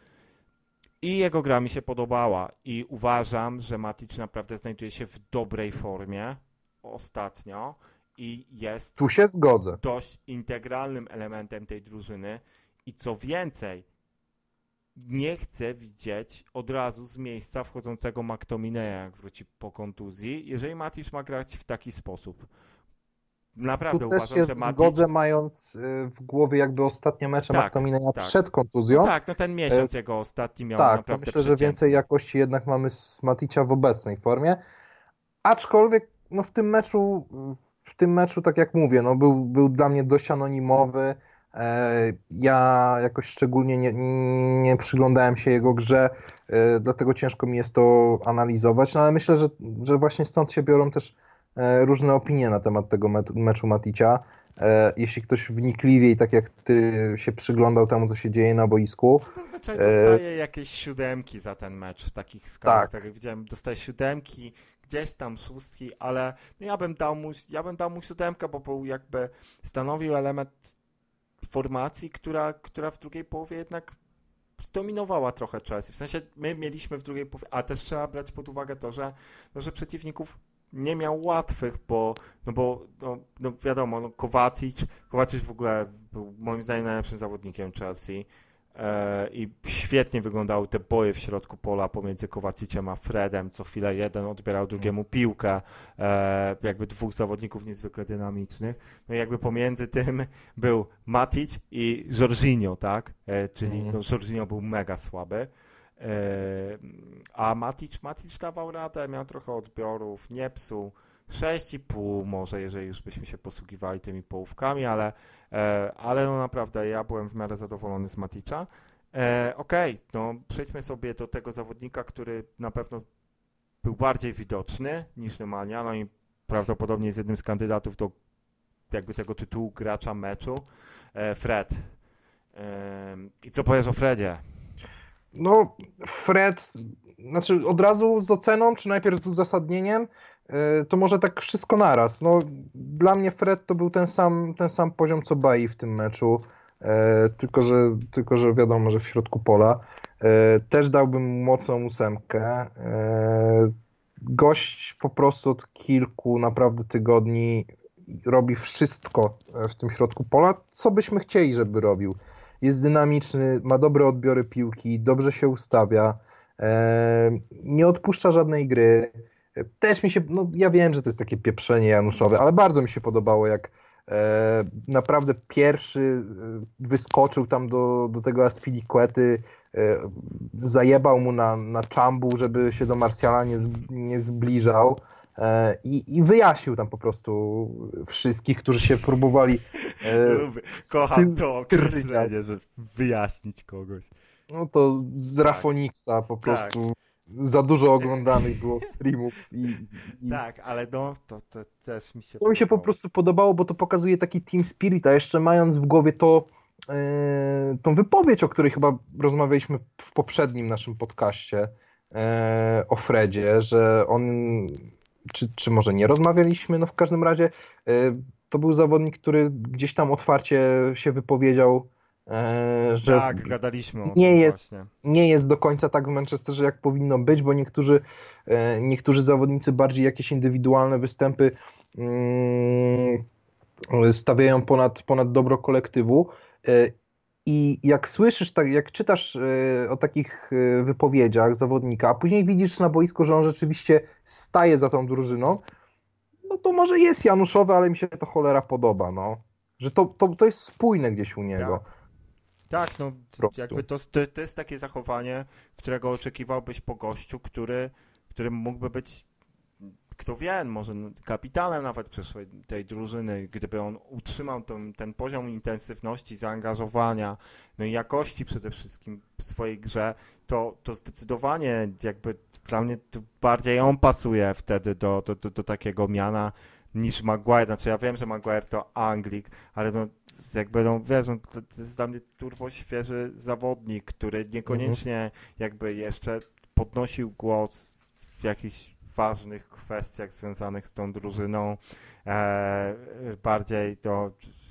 I jego gra mi się podobała i uważam, że Matic naprawdę znajduje się w dobrej formie ostatnio i jest Tu się zgodzę. dość integralnym elementem tej drużyny i co więcej, nie chcę widzieć od razu z miejsca wchodzącego McTominaya, jak wróci po kontuzji, jeżeli Matic ma grać w taki sposób. Naprawdę Tu uważam, też że się Matic... zgodzę, mając w głowie jakby ostatnie mecze McTominaya przed kontuzją. No tak, no ten miesiąc jego ostatni miał tak, naprawdę myślę, że więcej jakości jednak mamy z Matica w obecnej formie. Aczkolwiek no w tym meczu, tak jak mówię, no był dla mnie dość anonimowy. Ja jakoś szczególnie nie przyglądałem się jego grze, dlatego ciężko mi jest to analizować, no ale myślę, że właśnie stąd się biorą też różne opinie na temat tego meczu Matica. Jeśli ktoś wnikliwiej, tak jak ty, się przyglądał temu, co się dzieje na boisku. Zazwyczaj dostaje jakieś 7 za ten mecz w takich skalach. Tak jak widziałem, dostaje 7, gdzieś tam 6, ale no ja bym dał mu 7, bo jakby stanowił element formacji, która w drugiej połowie jednak zdominowała trochę Chelsea. W sensie my mieliśmy w drugiej połowie, a też trzeba brać pod uwagę to, że przeciwników nie miał łatwych, bo wiadomo, no Kovacic w ogóle był moim zdaniem najlepszym zawodnikiem Chelsea i świetnie wyglądały te boje w środku pola pomiędzy Kovacicem a Fredem, co chwilę jeden odbierał drugiemu piłkę, jakby dwóch zawodników niezwykle dynamicznych, no i jakby pomiędzy tym był Matic i Jorginho, tak, czyli no, Jorginho był mega słaby. A Matic dawał radę, miał trochę odbiorów, nie psuł, 6,5 może, jeżeli już byśmy się posługiwali tymi połówkami, ale no naprawdę ja byłem w miarę zadowolony z Matica Okej, no przejdźmy sobie do tego zawodnika, który na pewno był bardziej widoczny niż Nemanja, no i prawdopodobnie jest jednym z kandydatów do jakby tego tytułu gracza meczu. Fred. I co powiesz o Fredzie? No, Fred, znaczy od razu z oceną, czy najpierw z uzasadnieniem, to może tak wszystko naraz. No, dla mnie Fred to był ten sam poziom co Bailly w tym meczu, tylko że wiadomo, że w środku pola. Też dałbym mu mocną 8. Gość po prostu od kilku naprawdę tygodni robi wszystko w tym środku pola, co byśmy chcieli, żeby robił. Jest dynamiczny, ma dobre odbiory piłki, dobrze się ustawia, nie odpuszcza żadnej gry. Też mi się, no ja wiem, że to jest takie pieprzenie januszowe, ale bardzo mi się podobało, jak naprawdę pierwszy wyskoczył tam do tego Azpilicuety, zajebał mu na czambu, żeby się do Martiala nie zbliżał. I wyjaśnił tam po prostu wszystkich, którzy się próbowali. Kocham to określenie, że wyjaśnić kogoś. No to z Rafoniksa po prostu za dużo oglądanych było streamów. Tak, ale no to też mi się To mi się po prostu podobało, bo to pokazuje taki team spirit, a jeszcze mając w głowie tą wypowiedź, o której chyba rozmawialiśmy w poprzednim naszym podcaście o Fredzie, że on, czy może nie rozmawialiśmy, no w każdym razie to był zawodnik, który gdzieś tam otwarcie się wypowiedział, że tak, gadaliśmy o tym właśnie. Nie jest do końca tak w Manchesterze, jak powinno być, bo niektórzy zawodnicy bardziej jakieś indywidualne występy stawiają ponad dobro kolektywu. I jak słyszysz, jak czytasz o takich wypowiedziach zawodnika, a później widzisz na boisku, że on rzeczywiście staje za tą drużyną, no to może jest januszowe, ale mi się to cholera podoba, no. Że to jest spójne gdzieś u niego. Tak, no jakby to jest takie zachowanie, którego oczekiwałbyś po gościu, który mógłby być, kto wie, może kapitanem nawet przyszłej tej drużyny, gdyby on utrzymał ten poziom intensywności, zaangażowania, no i jakości przede wszystkim w swojej grze, to zdecydowanie jakby dla mnie bardziej on pasuje wtedy do takiego miana niż Maguire. Znaczy ja wiem, że Maguire to Anglik, ale no jakby no wiesz, no, to jest dla mnie turbo świeży zawodnik, który niekoniecznie jakby jeszcze podnosił głos w jakichś ważnych kwestiach związanych z tą drużyną. Bardziej to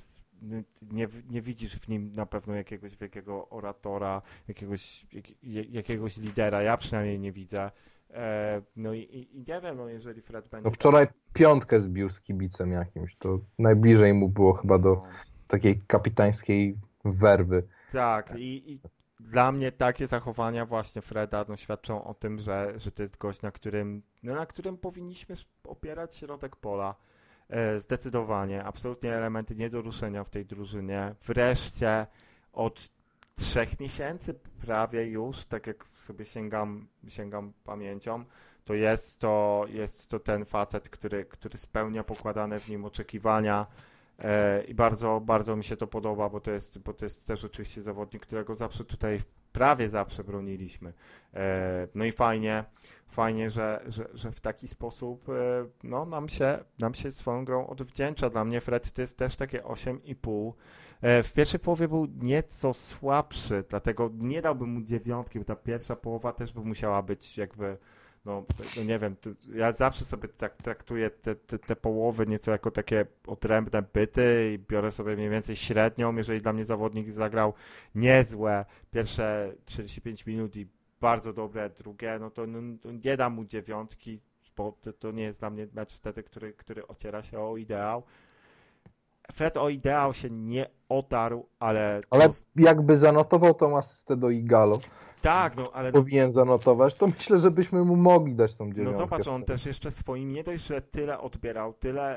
nie widzisz w nim na pewno jakiegoś wielkiego oratora, jakiegoś lidera. Ja przynajmniej nie widzę. No i nie wiem, no jeżeli Fred będzie... No wczoraj 5 zbił z kibicem jakimś, to najbliżej mu było chyba do takiej kapitańskiej werwy. Tak, i dla mnie takie zachowania właśnie Freda no, świadczą o tym, że to jest gość, na którym powinniśmy opierać środek pola. Zdecydowanie, absolutnie elementy nie do ruszenia w tej drużynie. Wreszcie od 3 miesięcy prawie już, tak jak sobie sięgam pamięcią, to jest to ten facet, który spełnia pokładane w nim oczekiwania i bardzo, bardzo mi się to podoba, bo to jest też oczywiście zawodnik, którego prawie zawsze broniliśmy. No i fajnie, że w taki sposób no, nam się swoją grą odwdzięcza. Dla mnie Fred to jest też takie 8,5. W pierwszej połowie był nieco słabszy, dlatego nie dałbym mu 9, bo ta pierwsza połowa też by musiała być jakby, no nie wiem, ja zawsze sobie tak traktuję te połowy nieco jako takie odrębne byty i biorę sobie mniej więcej średnią, jeżeli dla mnie zawodnik zagrał niezłe pierwsze 45 minut i bardzo dobre drugie, no to nie dam mu 9, bo to nie jest dla mnie mecz wtedy, który ociera się o ideał. Fred o ideał się nie otarł, ale jakby zanotował tą asystę do Igalo, tak, no ale powinien zanotować, to myślę, że byśmy mu mogli dać tą 9. No zobacz, on też jeszcze swoim, nie dość, że tyle odbierał,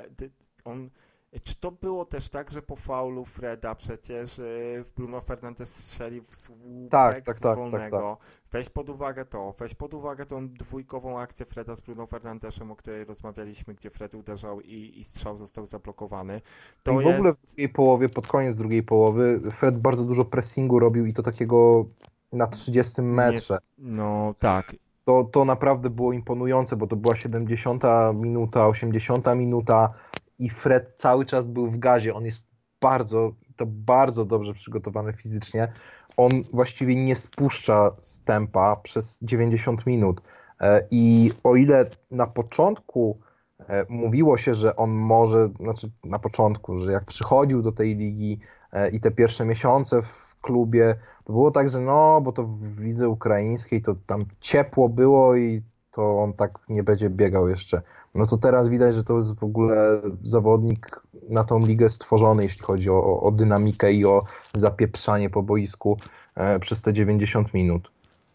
czy to było też tak, że po faulu Freda przecież Bruno Fernandes strzelił w słupek z wolnego. Tak. Weź pod uwagę tą dwójkową akcję Freda z Bruno Fernandesem, o której rozmawialiśmy, gdzie Fred uderzał i strzał został zablokowany. To w ogóle w drugiej połowie, pod koniec drugiej połowy, Fred bardzo dużo pressingu robił i to takiego na 30 metrze. No tak. To naprawdę było imponujące, bo to była 70 minuta, 80 minuta i Fred cały czas był w gazie. On jest bardzo dobrze przygotowany fizycznie. On właściwie nie spuszcza z tempa przez 90 minut. I o ile na początku mówiło się, że on może, znaczy na początku, że jak przychodził do tej ligi i te pierwsze miesiące w klubie, to było tak, że no, bo to w lidze ukraińskiej to tam ciepło było i to on tak nie będzie biegał jeszcze. No to teraz widać, że to jest w ogóle zawodnik na tą ligę stworzony, jeśli chodzi o dynamikę i o zapieprzanie po boisku przez te 90 minut.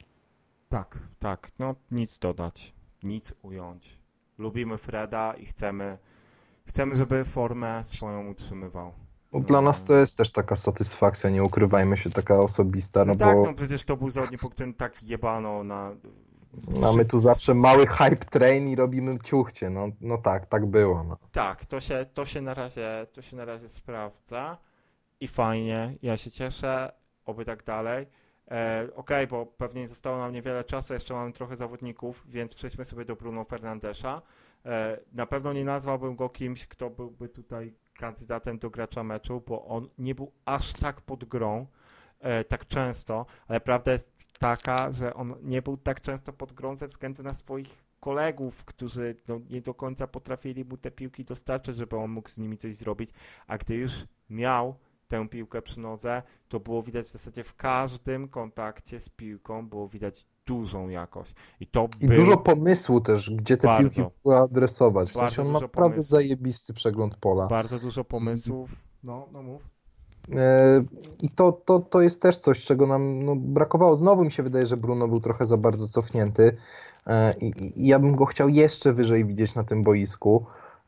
Tak, no nic dodać, nic ująć. Lubimy Freda i chcemy, żeby formę swoją utrzymywał. No, dla nas to jest też taka satysfakcja, nie ukrywajmy się, taka osobista, No no tak, bo no przecież to był zawodnik, po którym tak jebano na... mamy tu zawsze mały hype train i robimy ciuchcie, no tak było. No. Tak, to się na razie sprawdza i fajnie, ja się cieszę, oby tak dalej. Okej, bo pewnie zostało nam niewiele czasu, jeszcze mamy trochę zawodników, więc przejdźmy sobie do Bruno Fernandesza. Na pewno nie nazwałbym go kimś, kto byłby tutaj kandydatem do gracza meczu, bo on nie był aż tak pod grą, tak często, ale prawda jest taka, że on nie był tak często pod grą ze względu na swoich kolegów, którzy no, nie do końca potrafili mu te piłki dostarczyć, żeby on mógł z nimi coś zrobić, a gdy już miał tę piłkę przy nodze, to było widać w zasadzie w każdym kontakcie z piłką, było widać dużą jakość. I dużo pomysłu też, gdzie te piłki adresować. W sensie on ma naprawdę zajebisty przegląd pola. Bardzo dużo pomysłów. No mów. I to jest też coś, czego nam brakowało. Znowu mi się wydaje, że Bruno był trochę za bardzo cofnięty i ja bym go chciał jeszcze wyżej widzieć na tym boisku.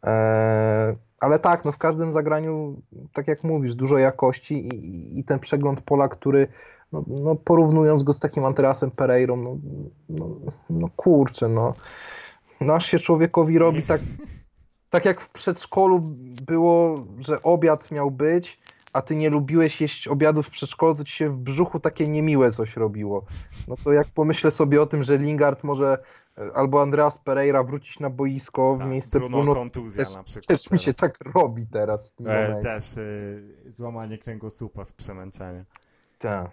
Ale tak, no w każdym zagraniu, tak jak mówisz, dużo jakości i ten przegląd pola, który no porównując go z takim Andreasem Pereirą, no kurczę, no aż się człowiekowi robi tak jak w przedszkolu było, że obiad miał być, a ty nie lubiłeś jeść obiadu w przedszkolu, to ci się w brzuchu takie niemiłe coś robiło. No to jak pomyślę sobie o tym, że Lingard może albo Andreas Pereira wrócić na boisko w miejsce Bruno kontuzja na przykład. Też mi się tak robi teraz w tym momencie. Też złamanie kręgosłupa z przemęczenia. Tak.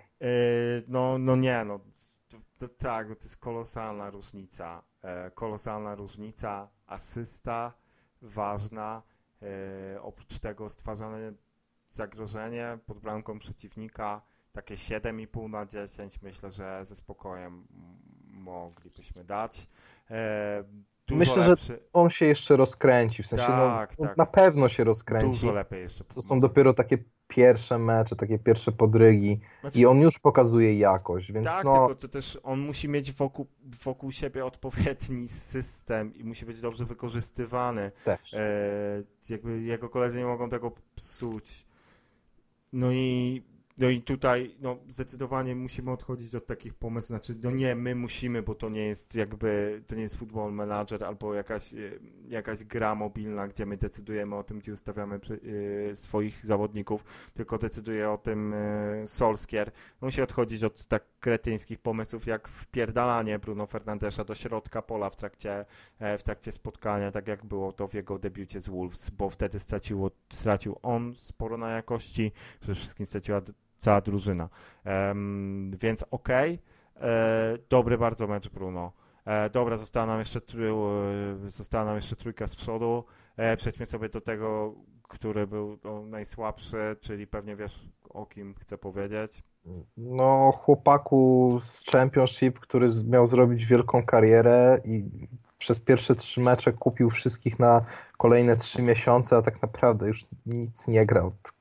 Tak, to jest kolosalna różnica, asysta ważna, oprócz tego stwarzane zagrożenie pod bramką przeciwnika, takie 7,5 na 10, myślę, że ze spokojem moglibyśmy dać. Myślę, że on się jeszcze rozkręci, w sensie tak. na pewno się rozkręci. Dużo lepiej jeszcze. To są dopiero takie pierwsze mecze, takie pierwsze podrygi i on już pokazuje jakość, więc tak, tylko to też on musi mieć wokół siebie odpowiedni system i musi być dobrze wykorzystywany. Też. Jakby jego koledzy nie mogą tego psuć. No i tutaj zdecydowanie musimy odchodzić od takich pomysłów, znaczy nie my musimy, bo to nie jest Football Manager albo jakaś gra mobilna, gdzie my decydujemy o tym, gdzie ustawiamy swoich zawodników, tylko decyduje o tym Solskjaer. Musi odchodzić od tak kretyńskich pomysłów jak wpierdalanie Bruno Fernandesza do środka pola w trakcie spotkania, tak jak było to w jego debiucie z Wolves, bo wtedy stracił on sporo na jakości, przede wszystkim straciła cała drużyna. Więc dobry bardzo mecz Bruno. Dobra, została nam jeszcze trójka z przodu. Przejdźmy sobie do tego, który był najsłabszy, czyli pewnie wiesz, o kim chcę powiedzieć. No, chłopaku z Championship, który miał zrobić wielką karierę i przez pierwsze 3 mecze kupił wszystkich na kolejne 3 miesiące, a tak naprawdę już nic nie grał od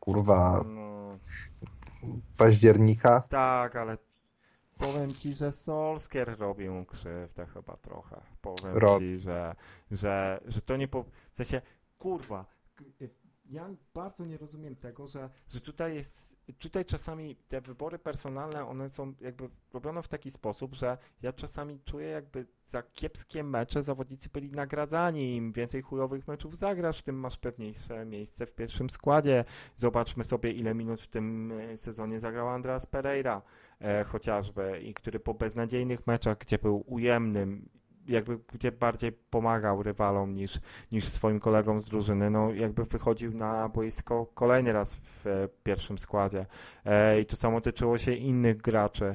października. Tak, ale powiem ci, że Solskjaer robił mu krzywdę chyba trochę. Powiem ci, że to nie w sensie, kurwa, ja bardzo nie rozumiem tego, że tutaj czasami te wybory personalne, one są jakby robione w taki sposób, że ja czasami czuję jakby za kiepskie mecze zawodnicy byli nagradzani. Im więcej chujowych meczów zagrasz, tym masz pewniejsze miejsce w pierwszym składzie. Zobaczmy sobie, ile minut w tym sezonie zagrał Andreas Pereira chociażby, i który po beznadziejnych meczach, gdzie był ujemnym, jakby gdzie bardziej pomagał rywalom niż swoim kolegom z drużyny, no jakby wychodził na boisko kolejny raz w pierwszym składzie. I to samo tyczyło się innych graczy.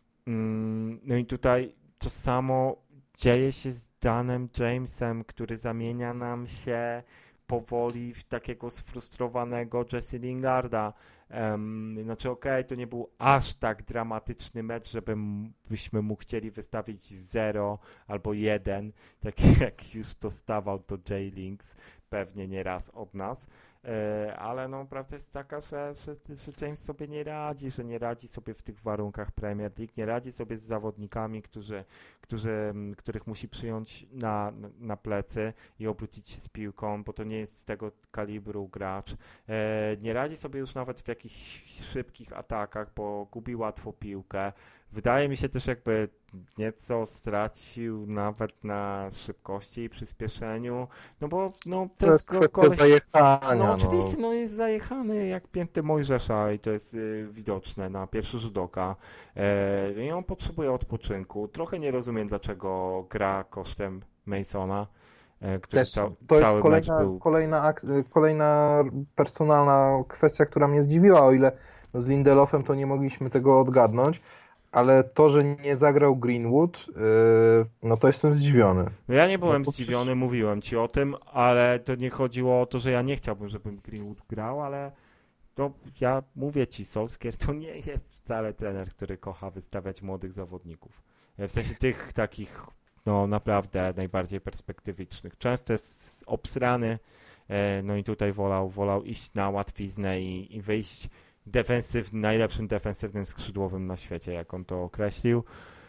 No i tutaj to samo dzieje się z Danem Jamesem, który zamienia nam się powoli w takiego sfrustrowanego Jesse Lingarda. Znaczy okej, to nie był aż tak dramatyczny mecz, byśmy mu chcieli wystawić 0 albo 1, tak jak już dostawał to J-Links pewnie nie raz od nas, ale no prawda jest taka, że James sobie nie radzi, że nie radzi sobie w tych warunkach Premier League, nie radzi sobie z zawodnikami, których musi przyjąć na plecy i obrócić się z piłką, bo to nie jest z tego kalibru gracz. Nie radzi sobie już nawet w jakichś szybkich atakach, bo gubi łatwo piłkę. Wydaje mi się też, jakby nieco stracił nawet na szybkości i przyspieszeniu, no bo no, To jest kwestia zajechania. No oczywiście, no jest zajechany jak pięty Mojżesza i to jest widoczne na pierwszy rzut oka. I on potrzebuje odpoczynku. Trochę nie rozumiem, dlaczego gra kosztem Masona, który Też, cały to jest mecz był... kolejna personalna kwestia, która mnie zdziwiła, o ile z Lindelofem to nie mogliśmy tego odgadnąć, ale to, że nie zagrał Greenwood, no to jestem zdziwiony. No ja nie byłem No zdziwiony, mówiłem ci o tym, ale to nie chodziło o to, że ja nie chciałbym, żeby Greenwood grał, ale to ja mówię ci, Solskjaer to nie jest wcale trener, który kocha wystawiać młodych zawodników. W sensie tych takich, no naprawdę najbardziej perspektywicznych. Często jest obsrany, no i tutaj wolał iść na łatwiznę i wyjść najlepszym defensywnym skrzydłowym na świecie, jak on to określił.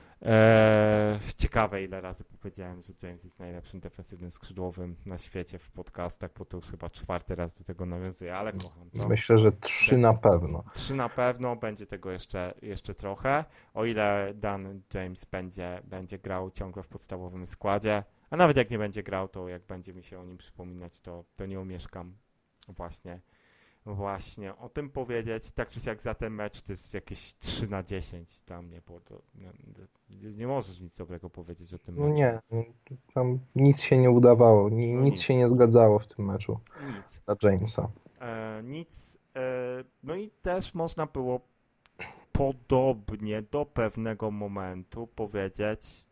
Ciekawe, ile razy powiedziałem, że James jest najlepszym defensywnym skrzydłowym na świecie w podcastach, bo to już chyba 4. raz do tego nawiązuję, ale kocham to. Myślę, że 3 na pewno. 3 na pewno, będzie tego jeszcze trochę, o ile Dan James będzie grał ciągle w podstawowym składzie, a nawet jak nie będzie grał, to jak będzie mi się o nim przypominać, to nie omieszkam właśnie o tym powiedzieć. Tak czy siak za ten mecz to jest jakieś 3/10 dla mnie, bo nie możesz nic dobrego powiedzieć o tym meczu. No nie, tam nic się nie udawało, nic się nie zgadzało w tym meczu dla Jamesa. Nic. No i też można było podobnie do pewnego momentu powiedzieć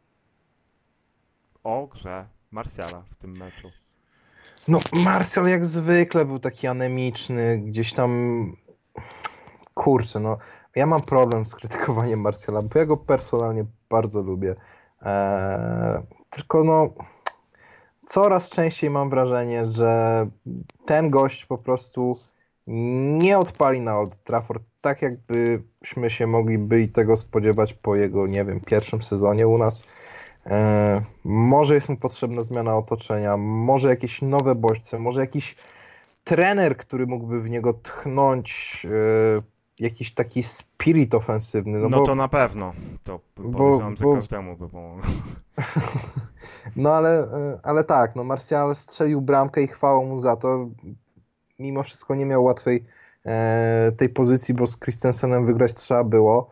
o grze Martiala w tym meczu. No, Martial jak zwykle był taki anemiczny, gdzieś tam, kurczę, no, ja mam problem z krytykowaniem Martiala, bo ja go personalnie bardzo lubię, tylko no, coraz częściej mam wrażenie, że ten gość po prostu nie odpali na Old Trafford tak, jakbyśmy się byli tego spodziewać po jego, nie wiem, pierwszym sezonie u nas. Może jest mu potrzebna zmiana otoczenia, może jakieś nowe bodźce, może jakiś trener, który mógłby w niego tchnąć jakiś taki spirit ofensywny. No to na pewno. To podejrzewam, że każdemu by pomogło. No ale tak, no Martial strzelił bramkę i chwała mu za to. Mimo wszystko nie miał łatwej tej pozycji, bo z Christensenem wygrać trzeba było.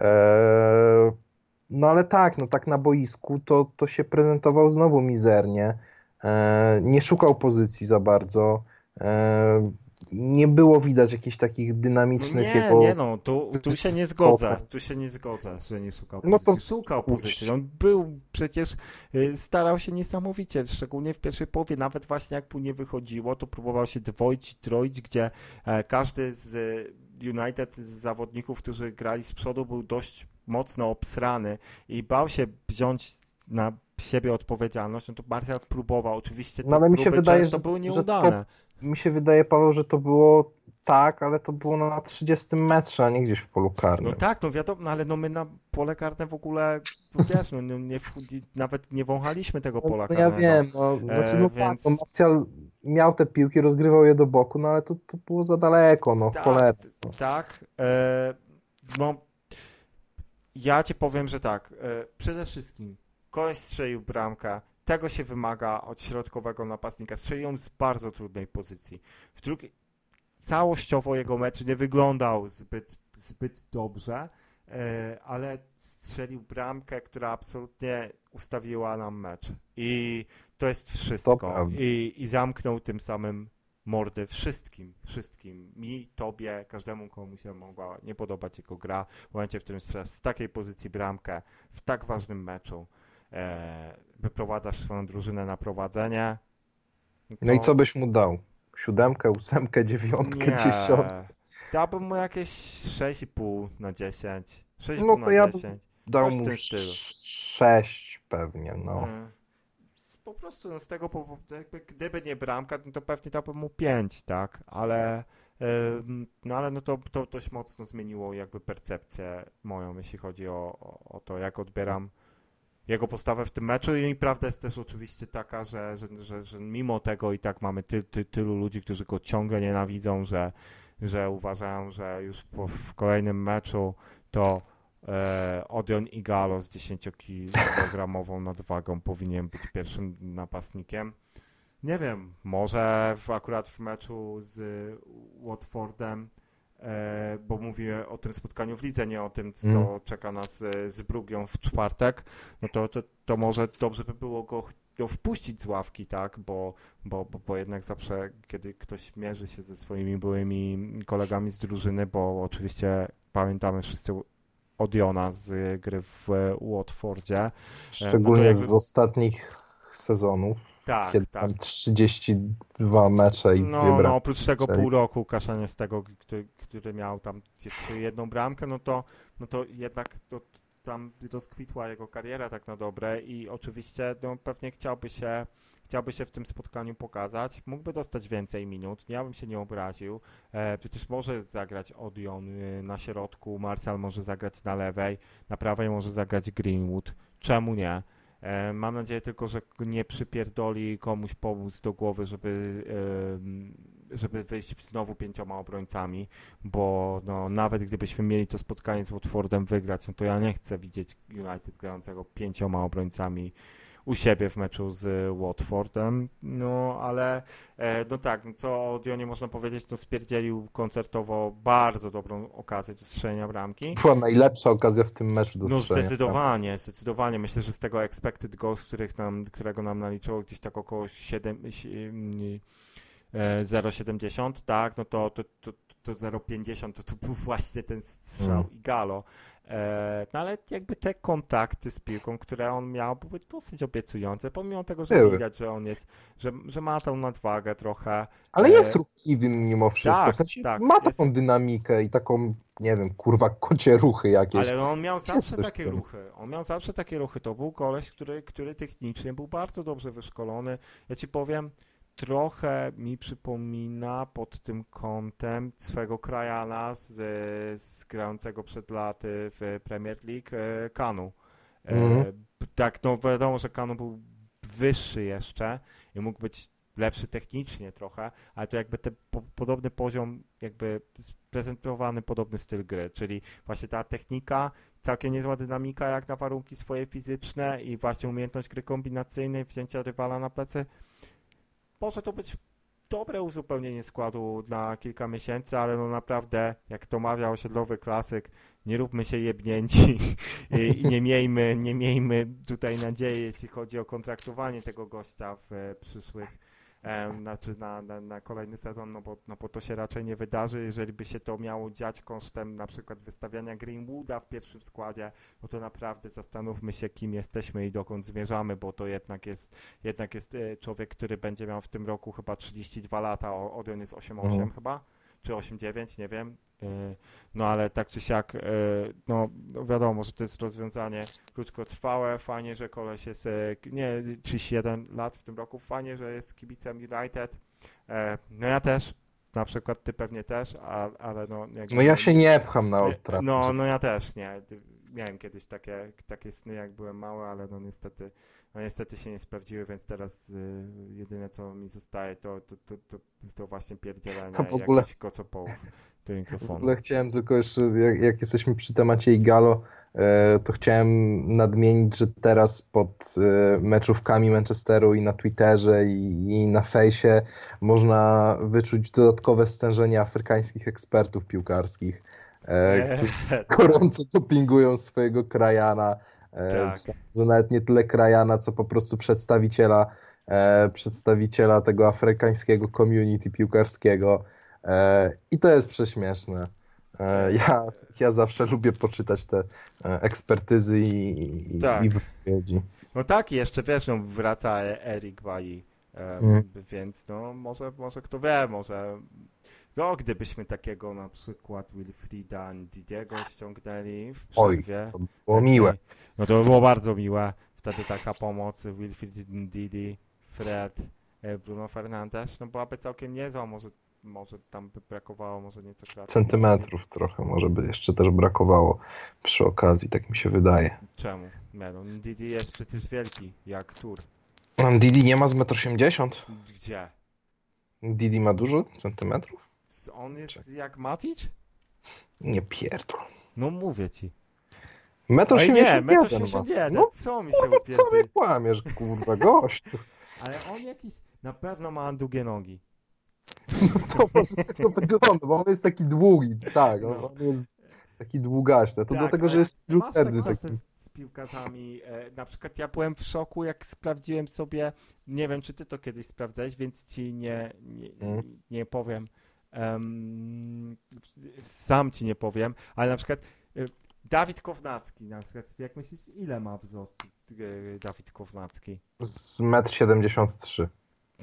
No ale tak, no tak na boisku to się prezentował znowu mizernie. Nie szukał pozycji za bardzo. Nie było widać jakichś takich dynamicznych tu się nie zgodzę. Tu się nie zgodzę, że nie szukał pozycji. No szukał pozycji. On przecież starał się niesamowicie, szczególnie w pierwszej połowie. Nawet właśnie jak mu nie wychodziło, to próbował się dwoić, troić, gdzie każdy z United, z zawodników, którzy grali z przodu, był dość mocno obsrany i bał się wziąć na siebie odpowiedzialność. No to Martial próbował. Oczywiście te próby często były nieudane. Mi się wydaje, Paweł, że to było tak, ale to było na 30 metrze, a nie gdzieś w polu No karnym. tak, no wiadomo, no ale no my na pole karne w ogóle, no wiesz, no nawet nie wąchaliśmy tego pola No ja karnego, wiem, no, znaczy no tak, no więc Martial miał te piłki, rozgrywał je do boku, no ale to było za daleko, no tak, cholera. tak, no ja ci powiem, że tak, przede wszystkim koleś strzelił bramkę, tego się wymaga od środkowego napastnika, strzelił ją z bardzo trudnej pozycji. Całościowo jego mecz nie wyglądał zbyt dobrze, ale strzelił bramkę, która absolutnie ustawiła nam mecz. I to jest To wszystko. prawda. I zamknął tym samym mordy wszystkim. Mi, tobie, każdemu, komu się mogła nie podobać jego gra. W momencie, w którym strzelasz z takiej pozycji bramkę, w tak ważnym meczu, wyprowadzasz swoją drużynę na prowadzenie, No i to co byś mu dał? 7, 8, 9, nie. 10? Dałbym mu jakieś 6,5 na 10. 6,5 No to na ja bym 10. dał Coś w mu tym stylu. 6 pewnie, no. Mm. Po prostu no, z tego jakby, gdyby nie bramka, no to pewnie dałbym mu 5, tak? Ale no ale no to dość mocno zmieniło jakby percepcję moją, jeśli chodzi o to, jak odbieram jego postawę w tym meczu i prawda jest też oczywiście taka, że mimo tego i tak mamy tylu ludzi, którzy go ciągle nienawidzą, że uważają, że już w kolejnym meczu to Odion Igalo z 10-kilogramową nadwagą powinien być pierwszym napastnikiem. Nie wiem, może akurat w meczu z Watfordem, bo mówię o tym spotkaniu w lidze, nie o tym, co czeka nas z Brugią w czwartek, no to może dobrze by było go wpuścić z ławki, tak, bo jednak zawsze, kiedy ktoś mierzy się ze swoimi byłymi kolegami z drużyny, bo oczywiście pamiętamy wszyscy Odiona z gry w Watfordzie, no to Szczególnie jakby z ostatnich sezonów, kiedy tak. tam 32 mecze i 2 No, oprócz tego bramki. pół roku kaszania z tego, który miał tam jeszcze jedną bramkę, no to jednak tam rozkwitła jego kariera tak na dobre i oczywiście no, pewnie chciałby się w tym spotkaniu pokazać. Mógłby dostać więcej minut, ja bym się nie obraził. Przecież może zagrać Odion na środku, Martial może zagrać na lewej, na prawej może zagrać Greenwood. Czemu nie? Mam nadzieję tylko, że nie przypierdoli komuś pomóc do głowy, żeby wyjść znowu 5 obrońcami, bo no, nawet gdybyśmy mieli to spotkanie z Watfordem wygrać, no to ja nie chcę widzieć United grającego 5 obrońcami u siebie w meczu z Watfordem, no ale no tak, no, co o Dionie można powiedzieć, no spierdzielił koncertowo bardzo dobrą okazję do strzelenia bramki. Była najlepsza okazja w tym meczu do No strzelenia. zdecydowanie. Myślę, że z tego expected goals, którego nam naliczyło gdzieś tak około 0,70, tak, no to 0,50 to był właśnie ten strzał Igalo. No ale jakby te kontakty z piłką, które on miał, były dosyć obiecujące, pomimo tego, że Były. widać, że on jest, że ma tą nadwagę trochę. Ale jest ruchliwy mimo wszystko. Tak, W sensie tak, ma jest. taką dynamikę i taką, nie wiem, kurwa, kocie ruchy jakieś. Ale on miał zawsze coś takie w tym. ruchy. On miał zawsze takie ruchy. To był koleś, który technicznie był bardzo dobrze wyszkolony. Ja ci powiem, trochę mi przypomina pod tym kątem swego krajana z grającego przed laty w Premier League Kanu. Tak, no wiadomo, że Kanu był wyższy jeszcze i mógł być lepszy technicznie trochę, ale to jakby ten podobny poziom, jakby prezentowany podobny styl gry, czyli właśnie ta technika, całkiem niezła dynamika jak na warunki swoje fizyczne i właśnie umiejętność gry kombinacyjnej, wzięcia rywala na plecy. Może to być dobre uzupełnienie składu na kilka miesięcy, ale no naprawdę, jak to mawiał osiedlowy klasyk, nie róbmy się jebnięci i nie miejmy tutaj nadziei, jeśli chodzi o kontraktowanie tego gościa w przyszłych, znaczy na kolejny sezon, no bo to się raczej nie wydarzy. Jeżeli by się to miało dziać kosztem na przykład wystawiania Greenwooda w pierwszym składzie, no to naprawdę zastanówmy się, kim jesteśmy i dokąd zmierzamy, bo to jednak jest człowiek, który będzie miał w tym roku chyba 32 lata, Odion jest 8,8 chyba, czy 8,9, nie wiem. No ale tak czy siak, no wiadomo, że to jest rozwiązanie krótkotrwałe, fajnie, że koleś jest, nie, 31 lat w tym roku, fajnie, że jest kibicem United, no ja też, na przykład ty pewnie też, ale no jakby... No ja się nie pcham na Old Trafford. No ja też nie. Miałem kiedyś takie sny, jak byłem mały, ale no niestety się nie sprawdziły, więc teraz jedyne co mi zostaje to właśnie pierdzielenie A w ogóle- jakichś kocopołów do W mikrofonu. ogóle chciałem tylko jeszcze, jak jesteśmy przy temacie Igalo, to chciałem nadmienić, że teraz pod meczówkami Manchesteru i na Twitterze i na fejsie można wyczuć dodatkowe stężenie afrykańskich ekspertów piłkarskich, którzy gorąco dopingują swojego krajana, Tak. że nawet nie tyle krajana, co po prostu przedstawiciela tego afrykańskiego community piłkarskiego. I to jest prześmieszne. Ja zawsze lubię poczytać te ekspertyzy Tak. i wypowiedzi. No tak, i jeszcze wiesz, no wraca Eric Bailly, Mm. więc no może kto wie, może no gdybyśmy takiego na przykład Wilfrida Ndidiego ściągnęli w Oj, przerwie. to było miłe. No to by było bardzo miłe. Wtedy taka pomoc Wilfried Ndidi, Fred, Bruno Fernandes, no byłaby całkiem niezła, może tam by brakowało może nieco kreatywności. Centymetrów trochę może by jeszcze też brakowało przy okazji, tak mi się wydaje. Czemu? Nie, no Ndidi jest przecież wielki, jak Tur. Didi nie ma z 1,80 m? Gdzie? Didi ma dużo centymetrów? On jest jak Matic? Nie pierdol. No mówię ci. 1,81 nie, m 1,81 m, No co mi się kurwa, co upierdzi? mnie kłamiesz, kurwa, gościu. Ale on jakiś, na pewno ma długie nogi. To może tego wygląda, bo on jest taki długi, tak, No. on jest taki długaśny. To Tak, dlatego, że ale jest masz tak twardy czasem taki. z piłkarzami, na przykład ja byłem w szoku, jak sprawdziłem sobie, nie wiem, czy ty to kiedyś sprawdzałeś, więc ci nie powiem, sam ci nie powiem, ale na przykład Dawid Kownacki, na przykład, jak myślisz, ile ma wzrostu Dawid Kownacki? Z 1,73 m.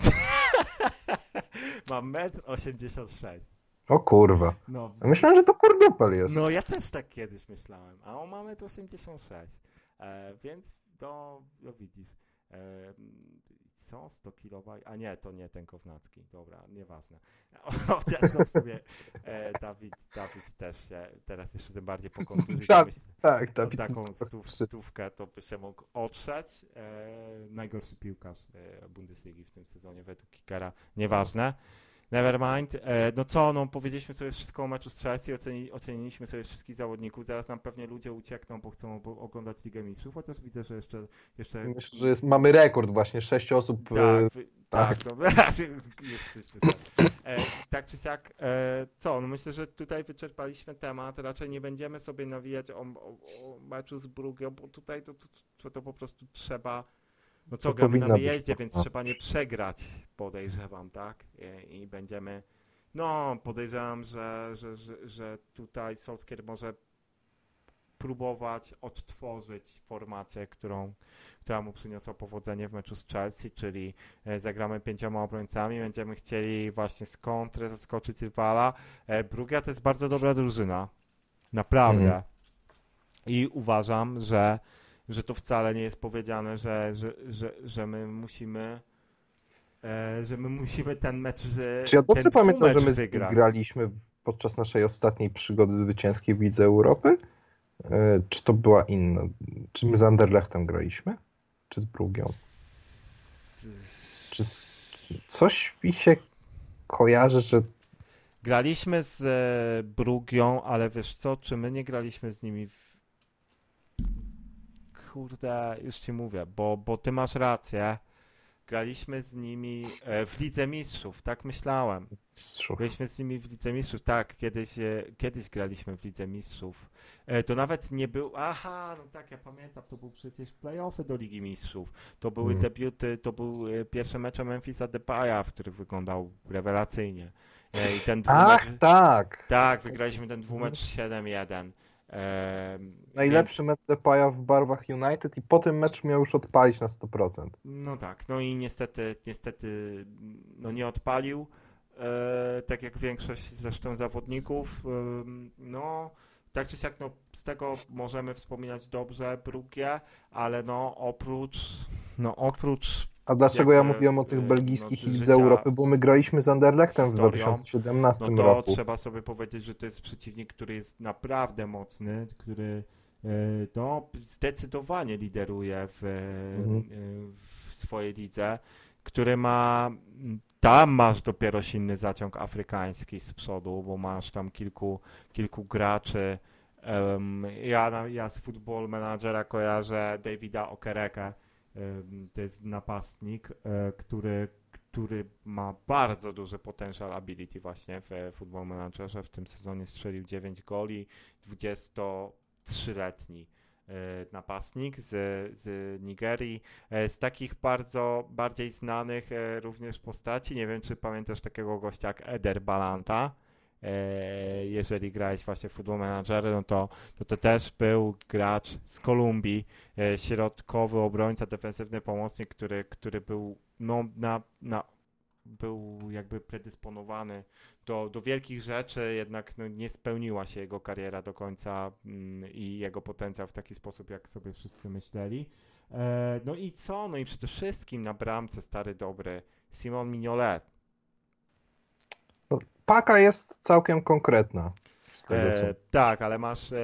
Ma 1,86 m. O kurwa. No, Myślałem, że to kurdupel jest. no ja też tak kiedyś myślałem, a on ma 1,86 m, więc no widzisz, co 100 kg, a nie, to nie ten Kownacki, dobra, nieważne. Chociaż no w sumie Dawid też się teraz jeszcze tym bardziej po kontuzji, to myślę, Tak, o Dawid. taką stówkę to by się mógł otrzeć. Najgorszy piłkarz Bundesligi w tym sezonie według Kickera, nieważne. Nevermind. No co, no powiedzieliśmy sobie wszystko o meczu z Chelsea, oceniliśmy sobie wszystkich zawodników, zaraz nam pewnie ludzie uciekną, bo chcą oglądać Ligę Mistrzów, chociaż widzę, że jeszcze... Myślę, że mamy rekord właśnie, 6 osób. Tak, no, już ktoś wyszedł. Tak czy siak, co, no myślę, że tutaj wyczerpaliśmy temat, raczej nie będziemy sobie nawijać o meczu z Brugge, bo tutaj to po prostu trzeba... No co, To gramy na powinno być wyjeździe, więc tak. trzeba nie przegrać, podejrzewam, tak? I będziemy... No, podejrzewam, że tutaj Solskjaer może próbować odtworzyć formację, która mu przyniosła powodzenie w meczu z Chelsea, czyli zagramy 5 obrońcami, będziemy chcieli właśnie z kontry zaskoczyć rywala. Brugge to jest bardzo dobra drużyna. Naprawdę. I uważam, że to wcale nie jest powiedziane, że my musimy ten mecz Czy ja dobrze ten pamiętam, że dwumecz my z nim wygrać. graliśmy podczas naszej ostatniej przygody zwycięskiej w Lidze Europy? Czy to była inna? Czy my z Anderlechtem graliśmy? Czy z Brugią? Coś mi się kojarzy, że... Graliśmy z Brugią, ale wiesz co, czy my nie graliśmy z nimi Kurde, już ci mówię, bo ty masz rację. Graliśmy z nimi w Lidze Mistrzów, tak myślałem. Graliśmy z nimi w Lidze Mistrzów, tak, kiedyś graliśmy w Lidze Mistrzów. To nawet nie był, no tak, ja pamiętam, to były przecież play-offy do Ligi Mistrzów. To były debiuty, to były pierwsze mecze Memphisa Depaya, w których wyglądał rewelacyjnie. I ten dwumecz, tak! Tak, wygraliśmy ten dwumecz 7-1. Najlepszy mecz Depaya w barwach United i po tym meczu miał już odpalić na 100%. No tak, no i niestety no nie odpalił, tak jak większość zresztą zawodników. No tak czy siak, no z tego możemy wspominać dobrze Brugge, ale no oprócz A dlaczego ja jakby, mówiłem o tych belgijskich i Lidze życia Europy? Bo my graliśmy z Anderlechtem w historią, 2017 no to roku. trzeba sobie powiedzieć, że to jest przeciwnik, który jest naprawdę mocny, który no, zdecydowanie lideruje Mhm. w swojej lidze, który ma, tam masz dopiero silny zaciąg afrykański z przodu, bo masz tam kilku graczy. Ja z Football Managera kojarzę Davida Okereke, to jest napastnik, który ma bardzo duży potential ability właśnie w Football Managerze. W tym sezonie strzelił 9 goli, 23-letni napastnik z Nigerii. Z takich bardziej znanych również postaci, nie wiem czy pamiętasz takiego gościa jak Eder Balanta. Jeżeli grałeś właśnie w Football Managery, no to też był gracz z Kolumbii, środkowy obrońca, defensywny pomocnik, który był no, był jakby predysponowany do wielkich rzeczy, jednak no, nie spełniła się jego kariera do końca i jego potencjał w taki sposób, jak sobie wszyscy myśleli. No i co? No i przede wszystkim na bramce stary dobry Simon Mignolet. No, paka jest całkiem konkretna. Z tego co... Tak, ale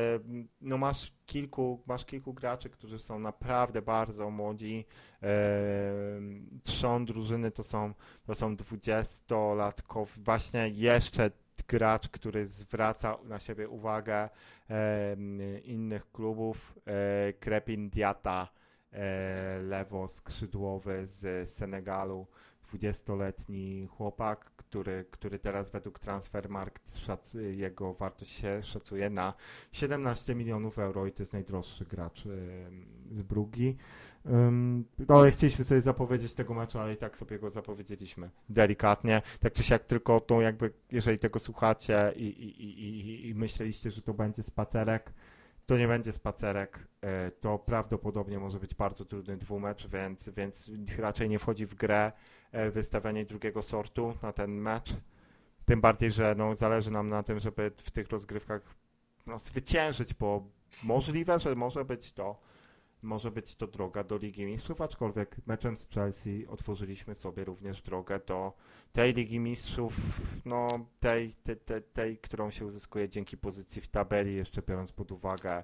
masz kilku graczy, którzy są naprawdę bardzo młodzi. Trzon drużyny to są 20-latkowie. Właśnie jeszcze gracz, który zwraca na siebie uwagę innych klubów. Krepin Diatta, lewo skrzydłowy z Senegalu. 20-letni chłopak, który teraz według Transfermarkt jego wartość się szacuje na 17 milionów euro i to jest najdroższy gracz z Bruggi. No ale chcieliśmy sobie zapowiedzieć tego meczu, ale i tak sobie go zapowiedzieliśmy delikatnie. Tak czy siak tylko tą jakby, jeżeli tego słuchacie i myśleliście, że to będzie spacerek, to nie będzie spacerek, to prawdopodobnie może być bardzo trudny dwumecz, więc raczej nie wchodzi w grę wystawianie drugiego sortu na ten mecz. Tym bardziej, że no, zależy nam na tym, żeby w tych rozgrywkach no, zwyciężyć, bo możliwe, że może być to droga do Ligi Mistrzów, aczkolwiek meczem z Chelsea otworzyliśmy sobie również drogę do tej Ligi Mistrzów, no tej, którą się uzyskuje dzięki pozycji w tabeli, jeszcze biorąc pod uwagę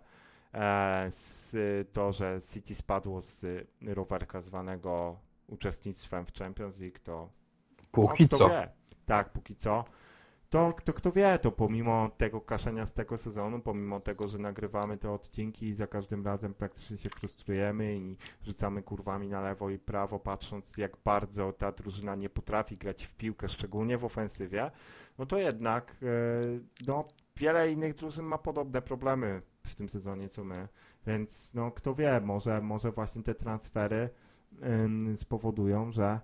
to, że City spadło z rowerka zwanego uczestnictwem w Champions League, to Póki kto co. wie. Tak, póki co. To kto wie, to pomimo tego kaszenia z tego sezonu, pomimo tego, że nagrywamy te odcinki i za każdym razem praktycznie się frustrujemy i rzucamy kurwami na lewo i prawo, patrząc jak bardzo ta drużyna nie potrafi grać w piłkę, szczególnie w ofensywie, no to jednak no, wiele innych drużyn ma podobne problemy w tym sezonie co my, więc no kto wie, może właśnie te transfery spowodują, że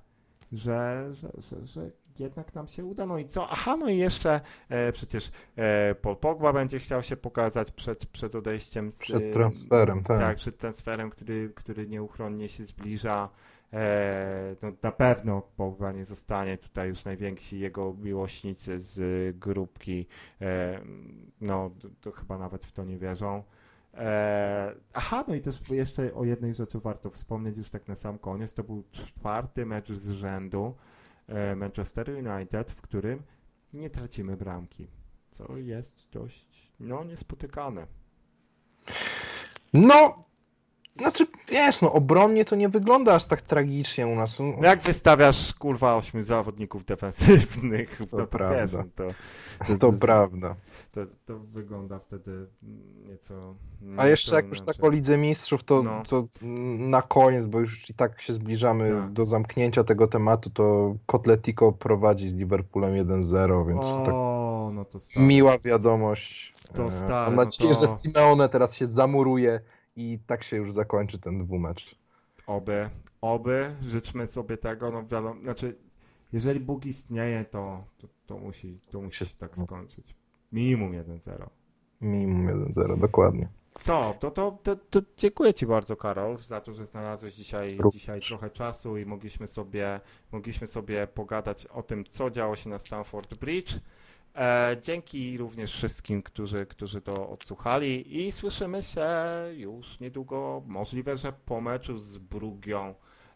jednak nam się uda. No i co? Aha, no i jeszcze przecież Paul Pogba będzie chciał się pokazać przed odejściem. Przed transferem, tak. Tak, przed transferem, który nieuchronnie się zbliża. No, na pewno Pogba nie zostanie tutaj już najwięksi jego miłośnicy z grupki. No, to chyba nawet w to nie wierzą. Aha, no i też jeszcze o jednej rzeczy warto wspomnieć już tak na sam koniec. To był 4. mecz z rzędu Manchester United, w którym nie tracimy bramki, co jest dość niespotykane. No, znaczy wiesz, no obronnie to nie wygląda aż tak tragicznie u nas. No jak wystawiasz kurwa 8 zawodników defensywnych, To no to prawda. wiesz, no To prawda. To wygląda wtedy nieco... A jeszcze jak już inaczej. tak o Lidze Mistrzów, to na koniec, bo już i tak się zbliżamy Tak. do zamknięcia tego tematu, to Atletico prowadzi z Liverpoolem 1-0, więc tak No to stary. miła wiadomość. To stary, Mam no nadzieję, to- że Simeone teraz się zamuruje i tak się już zakończy ten dwumecz. Oby, życzmy sobie tego, no wiadomo, znaczy, jeżeli Bóg istnieje, to musi się tak skończyć. Minimum 1-0. Minimum 1-0, dokładnie. Co? To dziękuję Ci bardzo, Karol, za to, że znalazłeś Również. dzisiaj trochę czasu i mogliśmy sobie pogadać o tym, co działo się na Stamford Bridge. Dzięki również wszystkim, którzy to odsłuchali i słyszymy się już niedługo, możliwe, że po meczu z Bruggią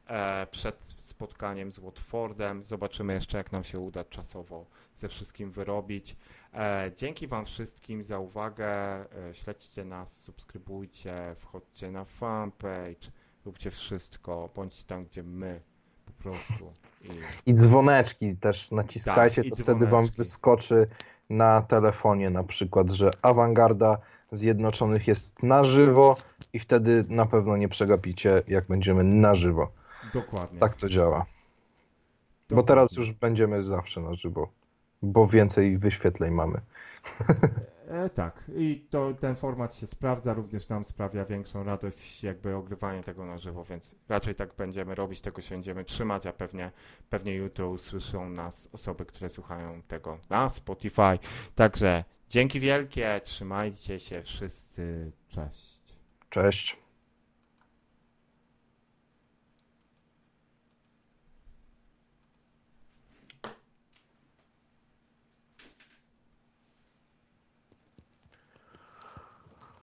przed spotkaniem z Watfordem. Zobaczymy jeszcze, jak nam się uda czasowo ze wszystkim wyrobić. Dzięki Wam wszystkim za uwagę. Śledźcie nas, subskrybujcie, wchodźcie na fanpage, róbcie wszystko, bądźcie tam, gdzie my po prostu. I dzwoneczki też naciskajcie, Tak, i to wtedy Wam dzwoneczki. wyskoczy na telefonie na przykład, że Awangarda Zjednoczonych jest na żywo i wtedy na pewno nie przegapicie, jak będziemy na żywo. Dokładnie. Tak to działa. Bo Dokładnie. teraz już będziemy zawsze na żywo, bo więcej wyświetleń mamy. Tak, i ten format się sprawdza, również nam sprawia większą radość jakby ogrywanie tego na żywo, więc raczej tak będziemy robić, tego się będziemy trzymać, a pewnie jutro usłyszą nas osoby, które słuchają tego na Spotify. Także dzięki wielkie, trzymajcie się wszyscy, cześć. Cześć.